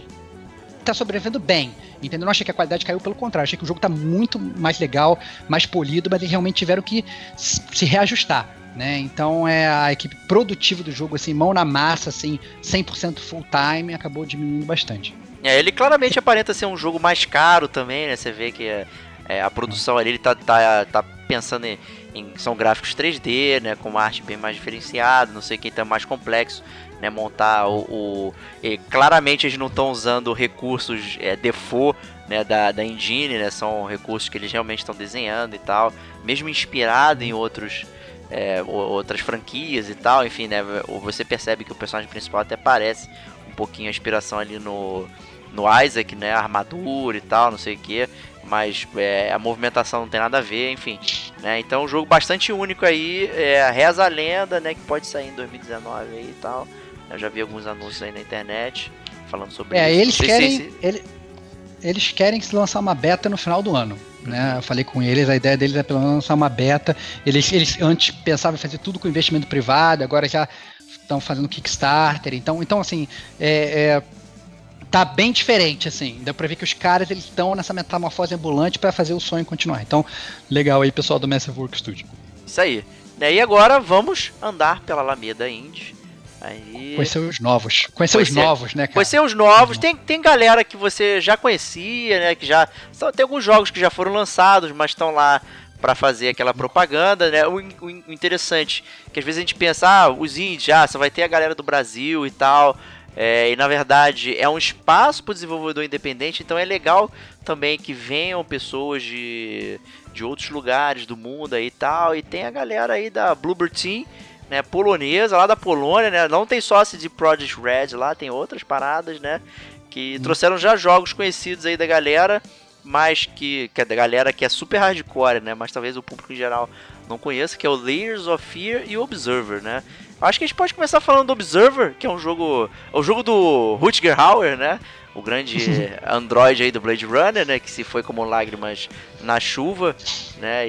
tá sobrevivendo bem, entendeu? Não achei que a qualidade caiu, pelo contrário, achei que o jogo tá muito mais legal, mais polido, mas eles realmente tiveram que se reajustar. Né? Então é a equipe produtiva do jogo, assim, mão na massa, assim, cem por cento full time, acabou diminuindo bastante. É, ele claramente aparenta ser um jogo mais caro também, né? Você vê que é, é, a produção ali, ele tá, tá, tá pensando em, em... São gráficos três D, né? Com uma arte bem mais diferenciada, não sei quem tá mais complexo, né? Montar o... o e, claramente eles não estão usando recursos é, default, né? Da, da engine, né? São recursos que eles realmente estão desenhando e tal, mesmo inspirado em outros... É, outras franquias e tal, enfim, né, você percebe que o personagem principal até parece um pouquinho a inspiração ali no, no Isaac, né, a armadura e tal, não sei o que, mas é, a movimentação não tem nada a ver, enfim, né, então um jogo bastante único aí, é, reza a lenda, né, que pode sair em dois mil e dezenove aí e tal, eu já vi alguns anúncios aí na internet falando sobre é, isso. Eles sei, querem, sei, sei. Ele, eles querem se lançar uma beta no final do ano. Né, eu falei com eles, a ideia deles é pelo menos lançar uma beta. Eles, eles antes pensavam em fazer tudo com investimento privado, agora já estão fazendo Kickstarter. Então, então assim, é, é, tá bem diferente, assim. Dá pra ver que os caras eles estão nessa metamorfose ambulante para fazer o sonho continuar. Então, legal aí, pessoal do Massive Work Studio. Isso aí. E agora vamos andar pela Alameda Indie. Aí... Conhecer os novos. Conhecer, Conhecer os novos, né, cara? Conhecer os novos. Tem, tem galera que você já conhecia, né? Que já. Tem alguns jogos que já foram lançados, mas estão lá pra fazer aquela propaganda, né? O, o, o interessante que às vezes a gente pensa, ah, os indies, já, só vai ter a galera do Brasil e tal. É, e na verdade é um espaço pro desenvolvedor independente, então é legal também que venham pessoas de, de outros lugares do mundo aí e tal. E tem a galera aí da Bluebird Team, né, polonesa, lá da Polônia, né, não tem só a C D Projekt Red lá, tem outras paradas, né, que hum. trouxeram já jogos conhecidos aí da galera, mas que, que é da galera que é super hardcore, né, mas talvez o público em geral não conheça, que é o Layers of Fear e o Observer, né. Acho que a gente pode começar falando do Observer, que é um jogo, é o jogo do Rutger Hauer, né, o grande android aí do Blade Runner, né, que se foi como lágrimas na chuva, né,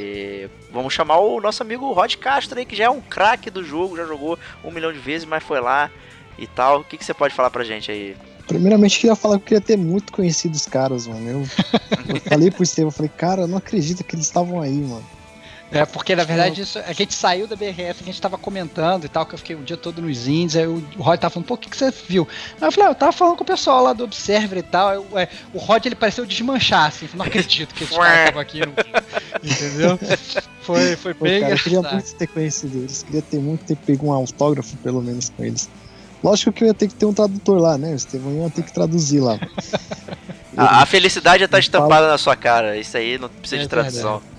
e vamos chamar o nosso amigo Rod Castro aí, que já é um craque do jogo, já jogou um milhão de vezes, mas foi lá e tal. O que, que você pode falar pra gente aí? Primeiramente, eu queria falar que eu queria ter muito conhecido os caras, mano. Eu, eu falei pro Estevam, eu falei, cara, eu não acredito que eles estavam aí, mano. É, porque na verdade isso, a gente saiu da B R S, a gente tava comentando e tal, que eu fiquei o dia todo nos indies, aí o, o Rod tava falando, pô, o que, que você viu? Aí eu falei, ah, eu tava falando com o pessoal lá do Observer e tal, aí, é, o Rod ele pareceu desmanchar, assim, não acredito que esses caras estavam aqui, não, entendeu? Foi, foi Pô, bem cara, eu queria engraçado. muito ter conhecido eles, queria ter muito ter pego um autógrafo, pelo menos, com eles. Lógico que eu ia ter que ter um tradutor lá, né? O Estevão ia ter que traduzir lá. A, a felicidade já tá Ele estampada fala- na sua cara, isso aí não precisa É de tradução. verdade.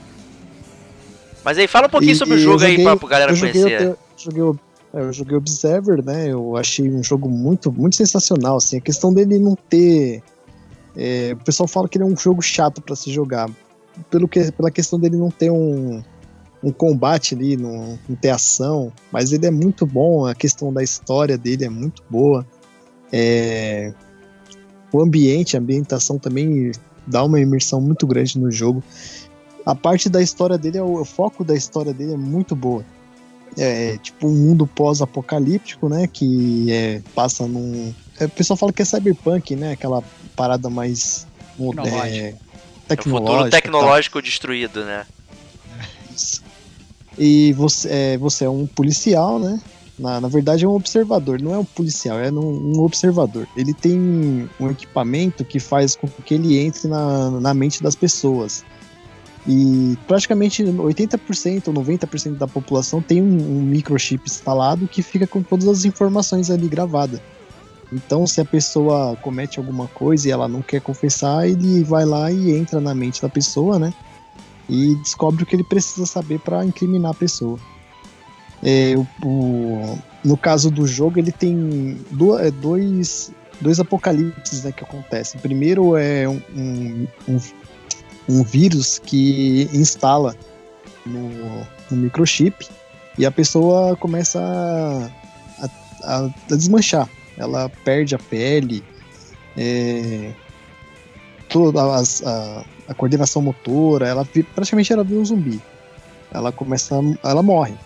Mas aí, fala um pouquinho E- sobre o e jogo eu aí joguei- pra, pra galera eu joguei, conhecer. Eu, joguei, o- é, eu joguei Observer, né? Eu achei um jogo muito, muito sensacional. Assim, a questão dele não ter. é, o pessoal fala que ele é um jogo chato pra se jogar. Pelo que, pela questão dele não ter um, um combate ali, não, não ter ação. Mas ele é muito bom. A questão da história dele é muito boa. É, o ambiente, a ambientação também dá uma imersão muito grande no jogo. A parte da história dele, é o, o foco da história dele é muito boa. É tipo um mundo pós-apocalíptico, né? Que é, passa num. É, o pessoal fala que é cyberpunk, né? Aquela parada mais mo- Tecnológica. é, É o tecnológica. futuro tal. tecnológico destruído, né? Isso. E você é, você é um policial, né? Na, na verdade é um observador, não é um policial, é um, um observador. Ele tem um equipamento que faz com que ele entre na, na mente das pessoas. E praticamente oitenta por cento ou noventa por cento da população tem um, um microchip instalado que fica com todas as informações ali gravadas. Então, se a pessoa comete alguma coisa e ela não quer confessar, ele vai lá e entra na mente da pessoa, né? E descobre o que ele precisa saber para incriminar a pessoa. É, o, o- no caso do jogo, ele tem do- é, dois, dois apocalipses, né, que acontecem. Primeiro é um, um, um, um vírus que instala no, no microchip e a pessoa começa a, a, a desmanchar. Ela perde a pele, é, toda as- a, a coordenação motora, ela vi- praticamente ela vira um zumbi. Ela começa, a- ela morre.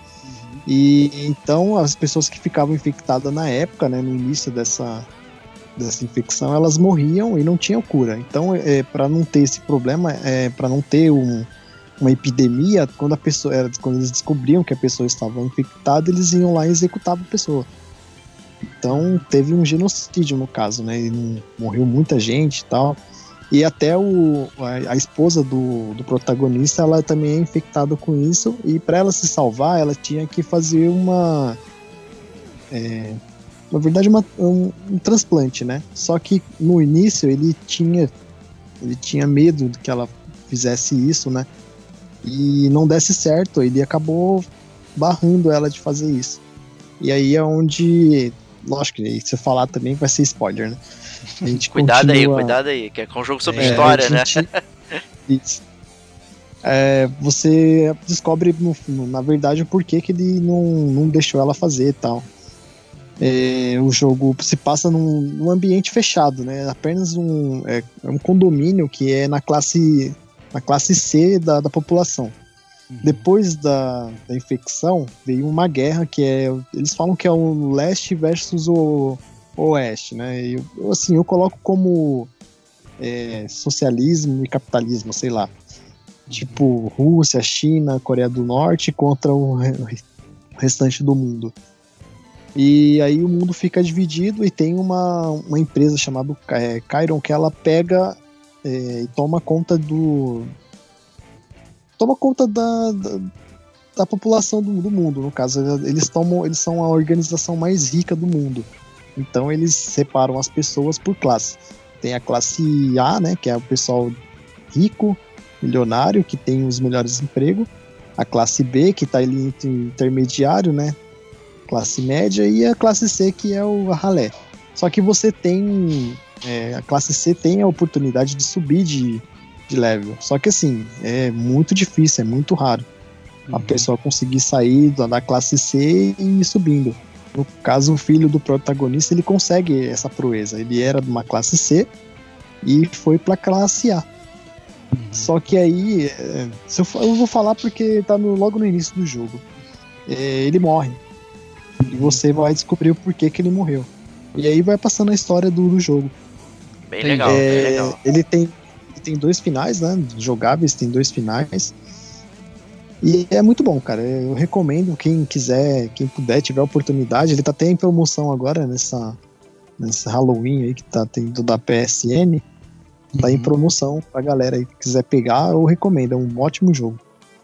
E então as pessoas que ficavam infectadas na época, né, no início dessa, dessa infecção, elas morriam e não tinham cura. Então, é, para não ter esse problema, é, para não ter um, uma epidemia, quando a pessoa, era, quando eles descobriam que a pessoa estava infectada, eles iam lá e executavam a pessoa. Então teve um genocídio no caso, né? E não- morreu muita gente e tal. E até o, a, a esposa do, do protagonista, ela também é infectada com isso. E para ela se salvar, ela tinha que fazer uma. é, na verdade, uma, um, um transplante, né? Só que no início ele tinha, ele tinha medo de que ela fizesse isso, né? E não desse certo. Ele acabou barrando ela de fazer isso. E aí é onde. Lógico que se eu falar também vai ser spoiler, né? A gente Cuidado aí, continua- cuidado aí, que é um jogo sobre é, história, a né? gente- Isso. É, você descobre, no, no- na verdade, o porquê que ele não, não deixou ela fazer e tal. É, o jogo se passa num, num ambiente fechado, né? Apenas um, é, é um condomínio que é na classe, na classe C da, da população. Depois da, da infecção, veio uma guerra que é. Eles falam que é o leste versus o oeste, né? Eu, eu, assim, eu coloco como é, socialismo e capitalismo, sei lá. Tipo, Rússia, China, Coreia do Norte contra o re- o restante do mundo. E aí o mundo fica dividido e tem uma, uma empresa chamada é, Chiron que ela pega é, e toma conta do. Toma conta da, da, da população do, do mundo, no caso. Eles, tomam, eles são a organização mais rica do mundo. Então eles separam as pessoas por classe. Tem a classe A, né, que é o pessoal rico, milionário, que tem os melhores empregos. A classe B, que está ali entre intermediário, né, classe média. E a classe C, que é o ralé. Só que você tem... É, a classe C tem a oportunidade de subir de, de level. Só que assim, é muito difícil, é muito raro. A pessoa conseguir sair da, da classe C e ir subindo. No caso, o filho do protagonista, ele consegue essa proeza. Ele era de uma classe C e foi pra classe A. Só que aí, é, se eu, fa- eu vou falar porque tá no- logo no início do jogo. É, ele morre. E você vai descobrir o porquê que ele morreu. E aí vai passando a história do, do jogo. Bem Tem- legal, É, bem legal. Ele tem, ele tem dois finais, né? Jogáveis, tem dois finais. E é muito bom, cara. Eu recomendo quem quiser, quem puder, tiver oportunidade. Ele tá até em promoção agora nessa, nessa Halloween aí que tá tendo da P S N. Tá Uhum. em promoção pra galera aí que quiser pegar, eu recomendo. É um ótimo jogo.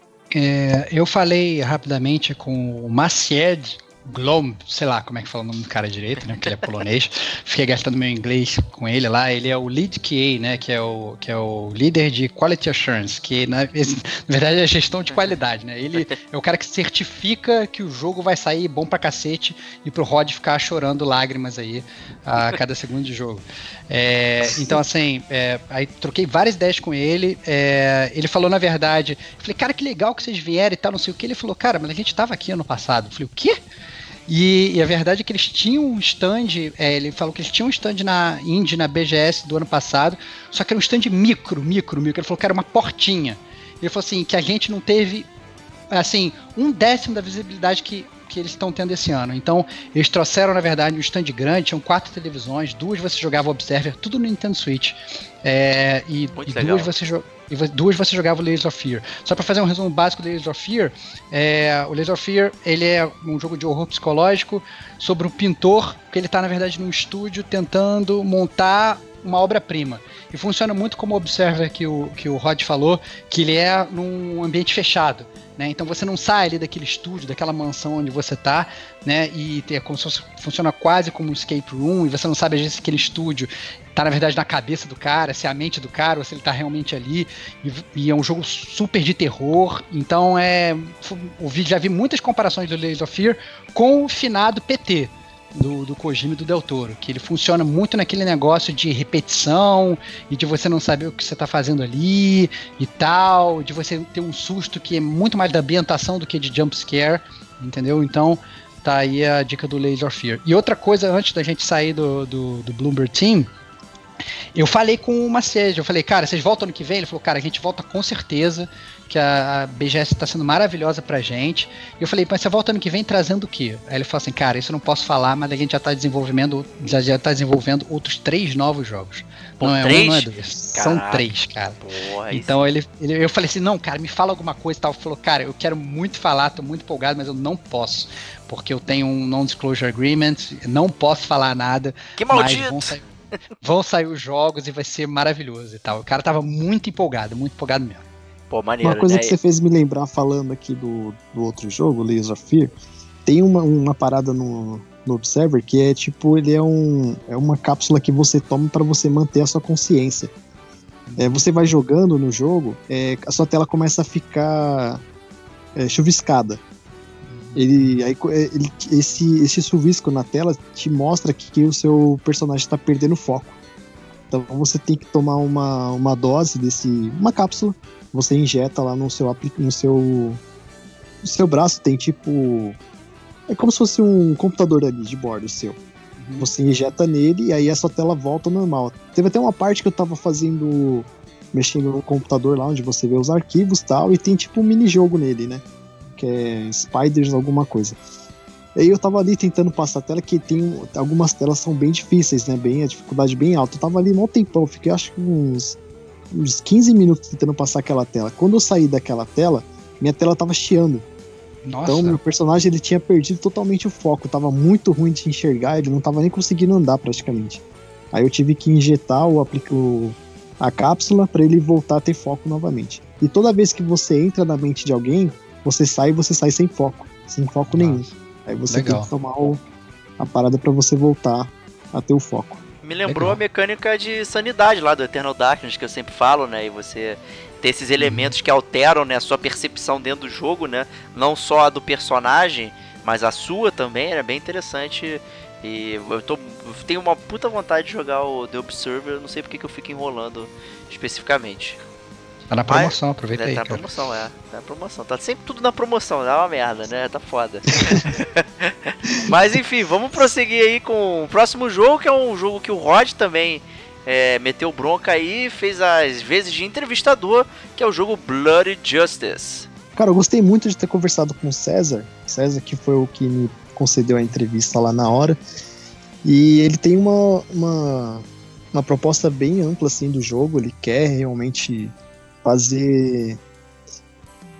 É, eu falei rapidamente com o Maciej Glom, sei lá como é que fala o nome do cara direito, né? Porque ele é polonês. Fiquei gastando meu inglês com ele lá. Ele é o Lead Q A, né? Que é o, que é o líder de Quality Assurance, que na, esse, na verdade é gestão de qualidade, né? Ele é o cara que certifica que o jogo vai sair bom pra cacete e pro Rod ficar chorando lágrimas aí a cada segundo de jogo. É, então, assim, é, aí troquei várias ideias com ele. É, ele falou, na verdade, falei, cara, que legal que vocês vieram e tal, não sei o que. Ele falou, cara, mas a gente tava aqui ano passado. Eu falei, o quê? E, e a verdade é que eles tinham um stand, é, ele falou que eles tinham um stand na Indy, na B G S do ano passado, só que era um stand micro, micro, micro. Ele falou que era uma portinha. Ele falou assim, que a gente não teve, assim, um décimo da visibilidade que, que eles estão tendo esse ano. Então, eles trouxeram, na verdade, um stand grande, tinham quatro televisões, duas você jogava Observer, tudo no Nintendo Switch. É, e, e duas você jogava. E duas você jogava o Layers of Fear. Só para fazer um resumo básico do Layers of Fear, é, o Layers of Fear ele é um jogo de horror psicológico sobre um pintor que ele está, na verdade, num estúdio tentando montar uma obra-prima. E funciona muito como o Observer que o, que o Rod falou, que ele é num ambiente fechado. Né? Então você não sai ali daquele estúdio, daquela mansão onde você está, né? E é como se fosse, funciona quase como um escape room, e você não sabe às vezes se aquele estúdio está na verdade na cabeça do cara, se é a mente do cara, ou se ele está realmente ali, e, e é um jogo super de terror. Então é, eu já vi muitas comparações do Layers of Fear com o finado P T, Do, do Kojima e do Del Toro, que ele funciona muito naquele negócio de repetição e de você não saber o que você está fazendo ali e tal, de você ter um susto que é muito mais da ambientação do que de jump scare, entendeu? Então tá aí a dica do Layers of Fear. E outra coisa, antes da gente sair do, do, do Bloomberg Team, eu falei com o Maciej, eu falei, cara, vocês voltam ano que vem? Ele falou, cara, a gente volta com certeza, que a B G S está sendo maravilhosa pra gente. E eu falei, mas você volta ano que vem trazendo o quê? Aí ele falou assim, cara, isso eu não posso falar, mas a gente já está desenvolvendo, já, já tá desenvolvendo outros três novos jogos. Pô, não é três? um, não é dois. Caraca. São três, cara. Porra, então ele, ele, eu falei assim, não, cara, me fala alguma coisa e tal. Ele falou, cara, eu quero muito falar, tô muito empolgado, mas eu não posso, porque eu tenho um non-disclosure agreement, não posso falar nada. Que maldito! Mas vão sair, vão sair os jogos e vai ser maravilhoso e tal. O cara tava muito empolgado, muito empolgado mesmo. Pô, maneiro, uma coisa né? que você fez me lembrar, falando aqui do, do outro jogo, Layers of Fear, tem uma, uma parada no, no Observer que é tipo, ele é, um, é uma cápsula que você toma para você manter a sua consciência. É, você vai jogando no jogo, é, a sua tela começa a ficar é, chuviscada. Ele, aí, ele, esse, esse chuvisco na tela te mostra que, que o seu personagem está perdendo foco. Então você tem que tomar uma, uma dose desse, uma cápsula. Você injeta lá no seu, no seu no seu braço, tem tipo, é como se fosse um computador ali de bordo seu. Uhum. Você injeta nele e aí a sua tela volta ao normal. Teve até uma parte que eu tava fazendo, mexendo no computador lá, onde você vê os arquivos e tal, e tem tipo um mini-jogo nele, né? Que é Spiders alguma coisa. E aí eu tava ali tentando passar a tela, que tem algumas telas são bem difíceis, né? Bem, a dificuldade bem alta. Eu tava ali um tempão, fiquei acho que uns uns quinze minutos tentando passar aquela tela. Quando eu saí daquela tela, minha tela tava chiando. Nossa. Então meu personagem ele tinha perdido totalmente o foco, tava muito ruim de enxergar, ele não tava nem conseguindo andar praticamente. Aí eu tive que injetar o, o, a cápsula para ele voltar a ter foco novamente. E toda vez que você entra na mente de alguém, você sai e você sai sem foco, sem foco Nossa. nenhum. Aí você Legal. tem que tomar o, a parada para você voltar a ter o foco. Me lembrou Legal. a mecânica de sanidade lá do Eternal Darkness, que eu sempre falo, né? E você ter esses elementos uhum. que alteram, né, a sua percepção dentro do jogo, né? Não só a do personagem, mas a sua também, era bem interessante. E eu, tô, eu tenho uma puta vontade de jogar o The Observer, não sei porque que eu fico enrolando especificamente. Tá na promoção, mas, aproveita é, aí, tá cara. na promoção, é. Tá na promoção. Tá sempre tudo na promoção, dá uma merda, né? Tá foda. Mas enfim, vamos prosseguir aí com o próximo jogo, que é um jogo que o Rod também é, meteu bronca aí, fez as vezes de entrevistador, que é o jogo Bloody Justice. Cara, eu gostei muito de ter conversado com o César. César que foi o que me concedeu a entrevista lá na hora. E ele tem uma, uma, uma proposta bem ampla assim do jogo. Ele quer realmente fazer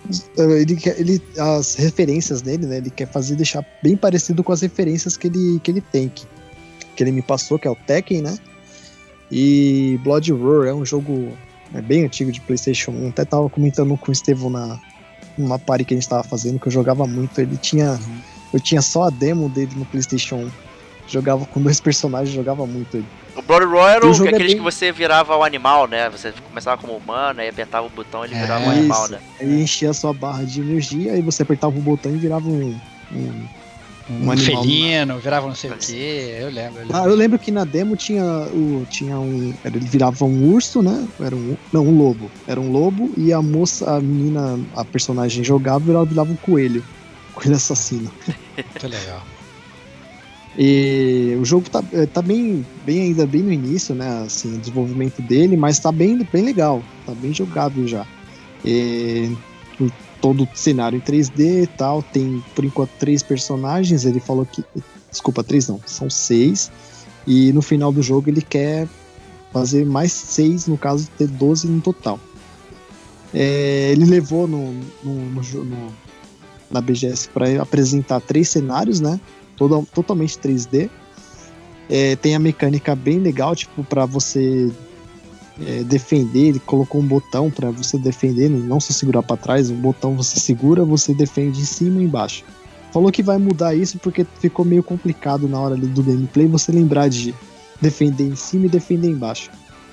Ele, quer- ele, as referências dele, né? Ele quer fazer, deixar bem parecido com as referências que ele, que ele tem. Que, que ele me passou, que é o Tekken, né? E Blood Roar é um jogo é, bem antigo de PlayStation um. Até tava comentando com o Estevão na numa party que a gente tava fazendo, que eu jogava muito. Ele tinha. Eu tinha só a demo dele no PlayStation um. Jogava com dois personagens, jogava muito ele. O Blood Roar E era o o- jogo é aqueles bem- que você virava o animal, né? Você começava como humano, aí apertava o botão e ele É, virava um animal, Isso. né? Aí enchia a sua barra de energia, aí você apertava o botão e virava um. um- Um, Um animal. felino, virava não sei o que, eu lembro. Eu lembro. Ah, eu lembro que na demo tinha o. Tinha um. Ele virava um urso, né? Era um. Não, um lobo. Era um lobo e a moça, a menina, a personagem jogava e ela virava um coelho. Coelho assassino. Muito legal. E o jogo tá, eh, tá bem, bem ainda bem no início, né? Assim, o desenvolvimento dele, mas tá bem, bem legal, tá bem jogável já. E, o- todo o cenário em três D e tal, tem por enquanto três personagens. Ele falou que. Desculpa, três não, são seis. E no final do jogo ele quer fazer mais seis, no caso, ter doze no total. É, ele levou no, no, no jo- no- na B G S para apresentar três cenários, né? Todo, totalmente três D. É, tem a mecânica bem legal, tipo, para você é, defender. Ele colocou um botão para você defender, não só segurar para trás. O botão você segura, você defende em cima e embaixo. Falou que vai mudar isso porque ficou meio complicado na hora ali do gameplay você lembrar de defender em cima e defender embaixo.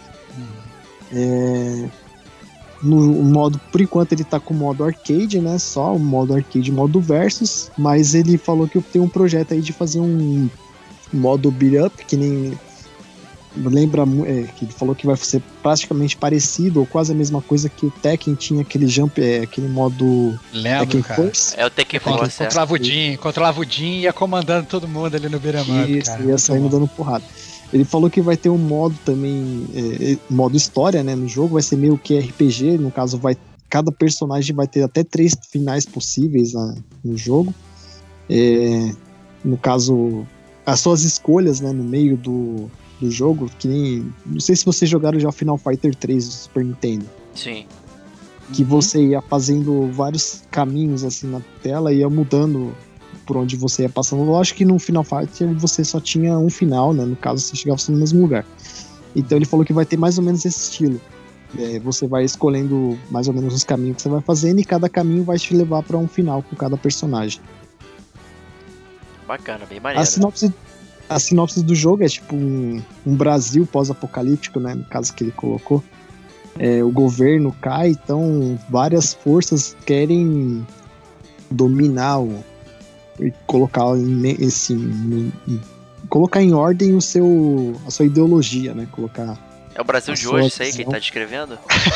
É, no modo, por enquanto ele tá com o modo arcade, né? Só o modo arcade, modo versus, mas ele falou que tem um projeto aí de fazer um modo beat up, que nem lembra, mu- é, que ele falou que vai ser praticamente parecido ou quase a mesma coisa que o Tekken tinha, aquele jump, é, aquele modo Lembro, Tekken cara. Force. É o Tekken Contra- Force, é. Controlava o Jin, controlava o Jin e ia comandando todo mundo ali no beat'em up, Isso, cara. ia Muito saindo bom. dando porrada. Ele falou que vai ter um modo também, é, é, modo história, né, no jogo, vai ser meio que R P G, no caso vai, cada personagem vai ter até três finais possíveis na- no jogo. É, no caso, as suas escolhas, né, no meio do, do jogo, que nem, não sei se vocês jogaram já o Final Fighter três do Super Nintendo, Sim. que você ia fazendo vários caminhos assim na tela e ia mudando por onde você ia passando. Lógico que no Final Fight você só tinha um final, né? No caso, você chegava no mesmo lugar. Então ele falou que vai ter mais ou menos esse estilo. É, você vai escolhendo mais ou menos os caminhos que você vai fazendo e cada caminho vai te levar para um final com cada personagem. Bacana, bem A maneiro. sinopse, a sinopse do jogo é tipo um, um Brasil pós-apocalíptico, né? No caso que ele colocou. É, o governo cai, então várias forças querem dominar o, e colocar em, esse, em, em- colocar em ordem o seu, a sua ideologia, né? Colocar É o Brasil a de sua hoje, isso aí que visão. ele tá descrevendo?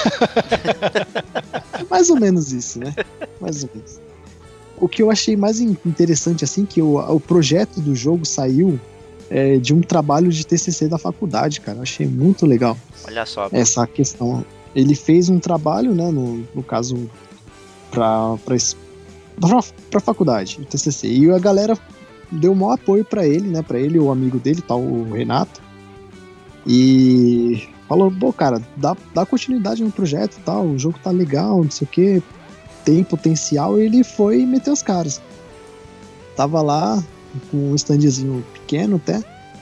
É mais ou menos isso, né? Mais ou menos. O que eu achei mais in- interessante, assim, que o, o projeto do jogo saiu é, de um trabalho de T C C da faculdade, cara. Eu achei muito legal Olha só. essa questão. Ele fez um trabalho, né, no, no caso, pra, pra, es- pra, pra faculdade, o T C C. E a galera deu o maior apoio pra ele, né, pra ele, o amigo dele, tal, o Renato. E falou, pô, cara, dá, dá continuidade no projeto e tal, o jogo tá legal, não sei o que, tem potencial, e ele foi e meteu os caras. Tava lá com um standzinho pequeno até,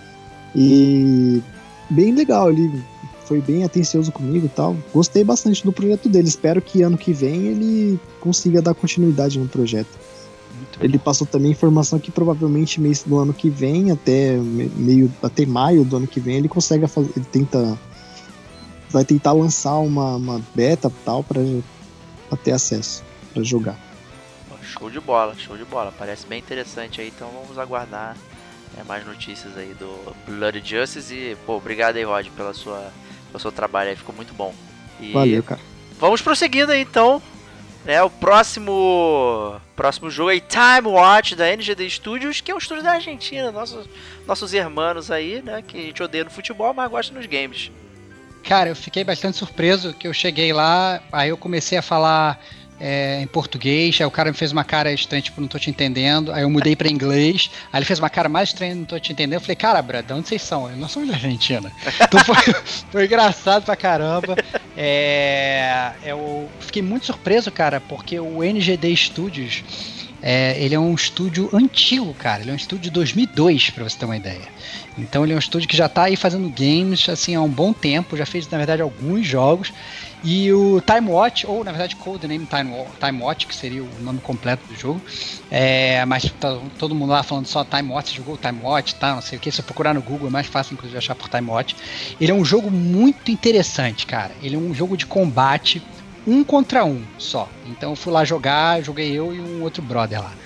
e bem legal, ele foi bem atencioso comigo e tal. Gostei bastante do projeto dele, espero que ano que vem ele consiga dar continuidade no projeto. Muito Ele passou também informação que provavelmente mês do ano que vem, até me- meio até maio do ano que vem, ele consegue fazer, ele tenta vai tentar lançar uma, uma beta e tal para ter acesso para jogar. Pô, show de bola, show de bola. Parece bem interessante aí, então vamos aguardar né, mais notícias aí do Blood Justice. E, pô, obrigado aí, Rod, pela sua, pelo seu trabalho aí, ficou muito bom. E Valeu, cara. vamos prosseguindo aí, então. Né, o próximo próximo jogo aí, Time Watch, da N G D Studios, que é um estúdio da Argentina, nossos, nossos irmãos aí, né, que a gente odeia no futebol, mas gosta nos games. Cara, eu fiquei bastante surpreso que eu cheguei lá, aí eu comecei a falar é, em português, aí o cara me fez uma cara estranha, tipo, não tô te entendendo, aí eu mudei pra inglês, aí ele fez uma cara mais estranha, não tô te entendendo, eu falei, cara, Brad, de onde vocês são? Nós somos da Argentina. Então foi, foi engraçado pra caramba, É, eu fiquei muito surpreso, cara, porque o N G D Studios, é, ele é um estúdio antigo, cara. Ele é um estúdio de dois mil e dois, pra você ter uma ideia. Então ele é um estúdio que já tá aí fazendo games assim, há um bom tempo, já fez, na verdade, alguns jogos. E o Time Watch, ou na verdade Codename Time, Time Watch, que seria o nome completo do jogo, é, mas tá todo mundo lá falando só Time Watch, você jogou Time Watch, tá, não sei o que, se você procurar no Google é mais fácil inclusive achar por Time Watch. Ele é um jogo muito interessante, cara. Ele é um jogo de combate um contra um só. Então eu fui lá jogar, joguei eu e um outro brother lá.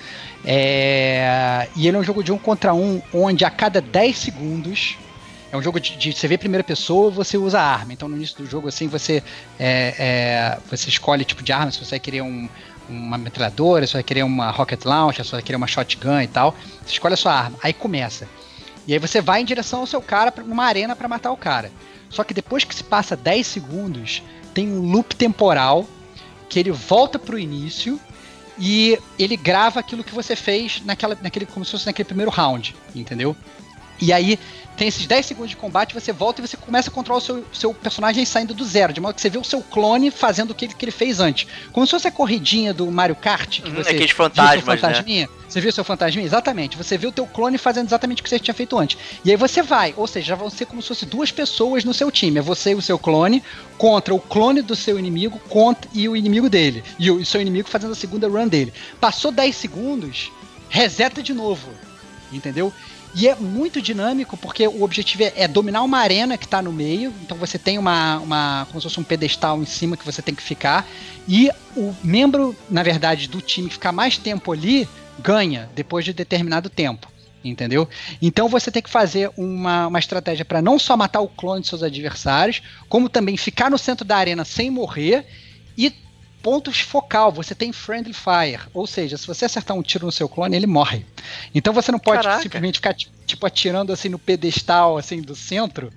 É, e ele é um jogo de um contra um, onde a cada dez segundos... É um jogo de, de você vê primeira pessoa, você usa a arma. Então no início do jogo assim você é, é, você escolhe tipo de arma, se você vai querer um, uma metralhadora, se você vai querer uma rocket launcher, se você vai querer uma shotgun e tal. Você escolhe a sua arma, aí começa. E aí você vai em direção ao seu cara pra, numa arena para matar o cara. Só que depois que se passa dez segundos, tem um loop temporal que ele volta pro início e ele grava aquilo que você fez naquela, naquele, como se fosse naquele primeiro round, entendeu? E aí tem esses dez segundos de combate, você volta e você começa a controlar o seu, seu personagem saindo do zero, de modo que você vê o seu clone fazendo o que ele, que ele fez antes. Como se fosse a corridinha do Mario Kart, que Hum, você aqueles viu fantasmas, seu fantasminha, né? Você viu o seu fantasminha? Exatamente. Você vê o teu clone fazendo exatamente o que você tinha feito antes. E aí você vai, ou seja, já vão ser como se fosse duas pessoas no seu time. É você e o seu clone contra o clone do seu inimigo contra, e o inimigo dele. E o, e o seu inimigo fazendo a segunda run dele. Passou dez segundos, reseta de novo. Entendeu? E é muito dinâmico porque o objetivo é, é dominar uma arena que está no meio. Então você tem uma, uma, como se fosse um pedestal em cima que você tem que ficar. E o membro, na verdade, do time que ficar mais tempo ali, ganha depois de determinado tempo. Entendeu? Então você tem que fazer uma, uma estratégia para não só matar o clone de seus adversários, como também ficar no centro da arena sem morrer e pontos focal, você tem friendly fire, ou seja, se você acertar um tiro no seu clone, ele morre. Então você não pode Caraca. simplesmente ficar tipo atirando assim no pedestal assim do centro,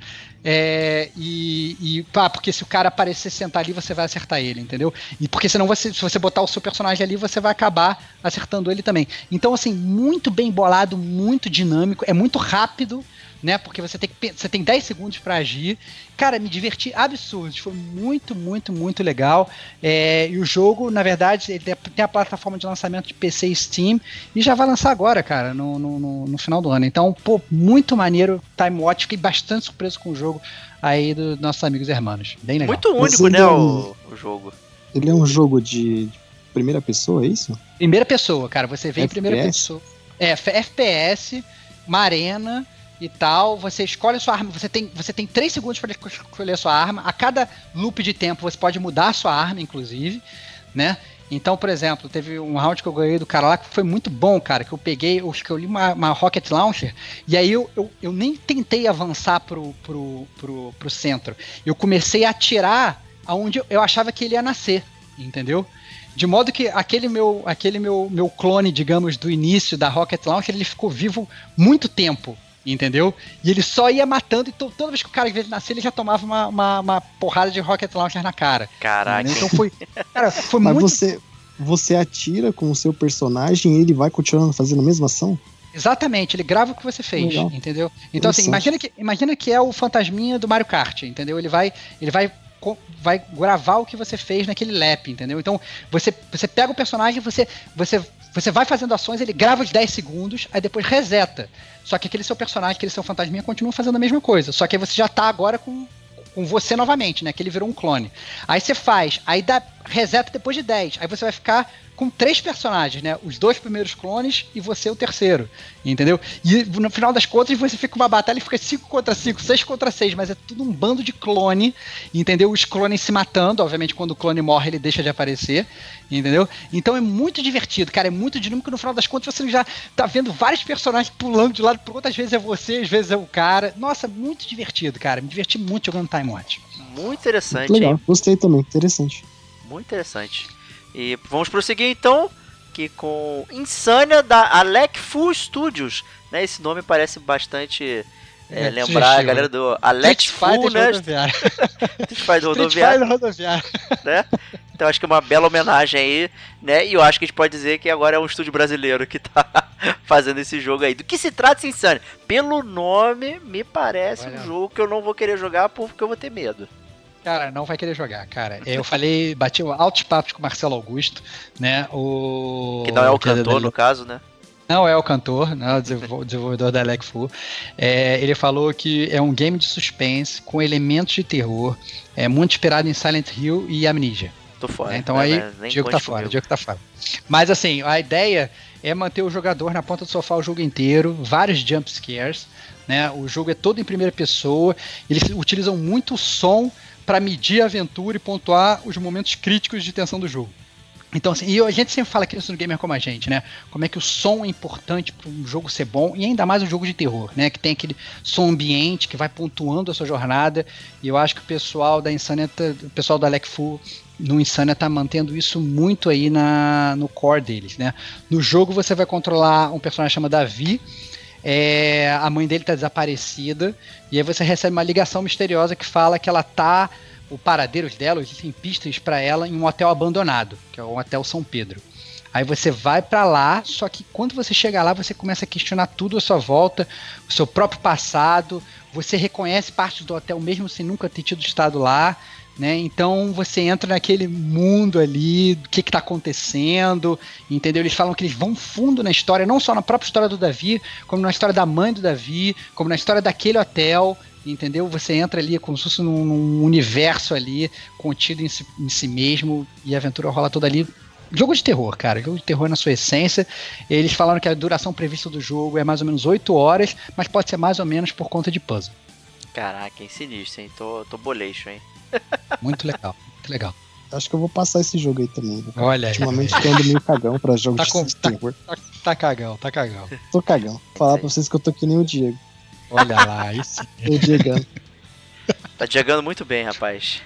é, e, e pá, porque se o cara aparecer sentar ali, você vai acertar ele, entendeu? E porque senão você, se você botar o seu personagem ali, você vai acabar acertando ele também. Então assim, muito bem bolado, muito dinâmico, é muito rápido, né? Porque você tem, que, você tem dez segundos para agir. Cara, me diverti absurdo. Foi muito, muito, muito legal. É, e o jogo, na verdade, ele tem a plataforma de lançamento de P C e Steam e já vai lançar agora, cara, no, no, no final do ano. Então, pô, muito maneiro. Time Watch. Fiquei bastante surpreso com o jogo aí dos nossos amigos hermanos. Bem legal. Muito único, Mas né, ele é o, um- o jogo. Ele é um jogo de de primeira pessoa, é isso? Primeira pessoa, cara. Você vê em F P S? primeira pessoa. É, F P S, uma arena e tal. Você escolhe a sua arma. Você tem, você tem três segundos para escolher a sua arma. A cada loop de tempo você pode mudar a sua arma, inclusive, né? Então, por exemplo, teve um round que eu ganhei do cara lá que foi muito bom, cara. Que eu peguei, eu escolhi uma, uma Rocket Launcher. E aí eu, eu, eu nem tentei avançar pro, pro, pro, pro centro. Eu comecei a atirar aonde eu achava que ele ia nascer, entendeu? De modo que aquele meu, aquele meu, meu clone, digamos, do início da Rocket Launcher, ele ficou vivo muito tempo, entendeu? E ele só ia matando, e to, toda vez que o cara via ele nascer, ele já tomava uma, uma, uma porrada de Rocket Launcher na cara. Caraca. Entendeu? Então foi, cara, foi Mas muito... você, você atira com o seu personagem e ele vai continuando fazendo a mesma ação? Exatamente, ele grava o que você fez, Legal. entendeu? Então assim, Interessante. imagina que, imagina que é o fantasminha do Mario Kart, entendeu? Ele vai, ele vai, co- vai gravar o que você fez naquele lap, entendeu? Então você, você pega o personagem, você, você, você vai fazendo ações, ele grava os dez segundos, aí depois reseta. Só que aquele seu personagem, aquele seu fantasminha continua fazendo a mesma coisa, só que aí você já tá agora com com você novamente, né? Que ele virou um clone. Aí você faz, aí dá reseta depois de dez. Aí você vai ficar com três personagens, né? Os dois primeiros clones e você o terceiro, entendeu? E no final das contas você fica uma batalha e fica cinco contra cinco, seis contra seis, mas é tudo um bando de clone, entendeu? Os clones se matando, obviamente quando o clone morre ele deixa de aparecer, entendeu? Então é muito divertido, cara, é muito dinâmico. No final das contas você já tá vendo vários personagens pulando de lado pro outro, às vezes é você, às vezes é o cara. Nossa, muito divertido, cara, me diverti muito jogando Time Watch. Muito interessante, Legal, hein? gostei também, interessante. Muito interessante. E vamos prosseguir então, que com Insania da Alec Fu Studios, né? Esse nome parece bastante é, É, lembrar a sugestivo. galera do Alec Street Fu, Fighter né? rodoviário. Street Fighter Street rodoviário, Fighter rodoviário. né? Então acho que é uma bela homenagem aí, né? E eu acho que a gente pode dizer que agora é um estúdio brasileiro que tá fazendo esse jogo aí. Do que se trata esse Insania? Pelo nome, me parece Olha. um jogo que eu não vou querer jogar porque eu vou ter medo. Cara, não vai querer jogar, cara. Eu falei, bati altos papos com o Marcelo Augusto, né? O... Que não é o que é cantor, da- no caso, né? Não é o cantor, não é o desenvol- desenvolvedor da Alec Fu. É, ele falou que é um game de suspense com elementos de terror, é muito inspirado em Silent Hill e Amnesia. Tô fora. né? Então né, aí, né, nem Diego conte tá fora, comigo. Diego tá fora. Mas assim, a ideia é manter o jogador na ponta do sofá o jogo inteiro, vários jump scares, né? O jogo é todo em primeira pessoa, eles utilizam muito som para medir a aventura e pontuar os momentos críticos de tensão do jogo. Então, assim, e a gente sempre fala aqui isso no Gamer Como a Gente, né? Como é que o som é importante para um jogo ser bom, e ainda mais um jogo de terror, né? Que tem aquele som ambiente que vai pontuando a sua jornada. E eu acho que o pessoal da Insania, o pessoal da Alec Fu no Insania tá mantendo isso muito aí na, no core deles, né? No jogo você vai controlar um personagem chamado Davi. É, a mãe dele tá desaparecida, e aí você recebe uma ligação misteriosa que fala que ela tá. O paradeiro dela, existem pistas para ela em um hotel abandonado, que é o Hotel São Pedro. Aí você vai para lá, só que quando você chega lá, você começa a questionar tudo à sua volta, o seu próprio passado, você reconhece partes do hotel mesmo sem nunca ter tido estado lá, né? Então você entra naquele mundo ali, o que está acontecendo, entendeu? Eles falam que eles vão fundo na história, não só na própria história do Davi, como na história da mãe do Davi, como na história daquele hotel. Entendeu? Você entra ali como se fosse num, num universo ali, contido em si, em si mesmo, e a aventura rola toda ali. Jogo de terror, cara. Jogo de terror na sua essência. Eles falaram que a duração prevista do jogo é mais ou menos oito horas, mas pode ser mais ou menos por conta de puzzle. Caraca, hein? Sinistro, hein? Tô, tô boleixo, hein? Muito legal, muito legal. Acho que eu vou passar esse jogo aí também. Né? Olha aí. Ultimamente tô andando meio cagão pra jogos Tá com- de terror. Tá, tá cagão, tá cagão. Tô cagão. Vou falar Isso aí. pra vocês que eu tô que nem o Diego. Olha lá, isso. O Diegano. Tá jogando muito bem, rapaz.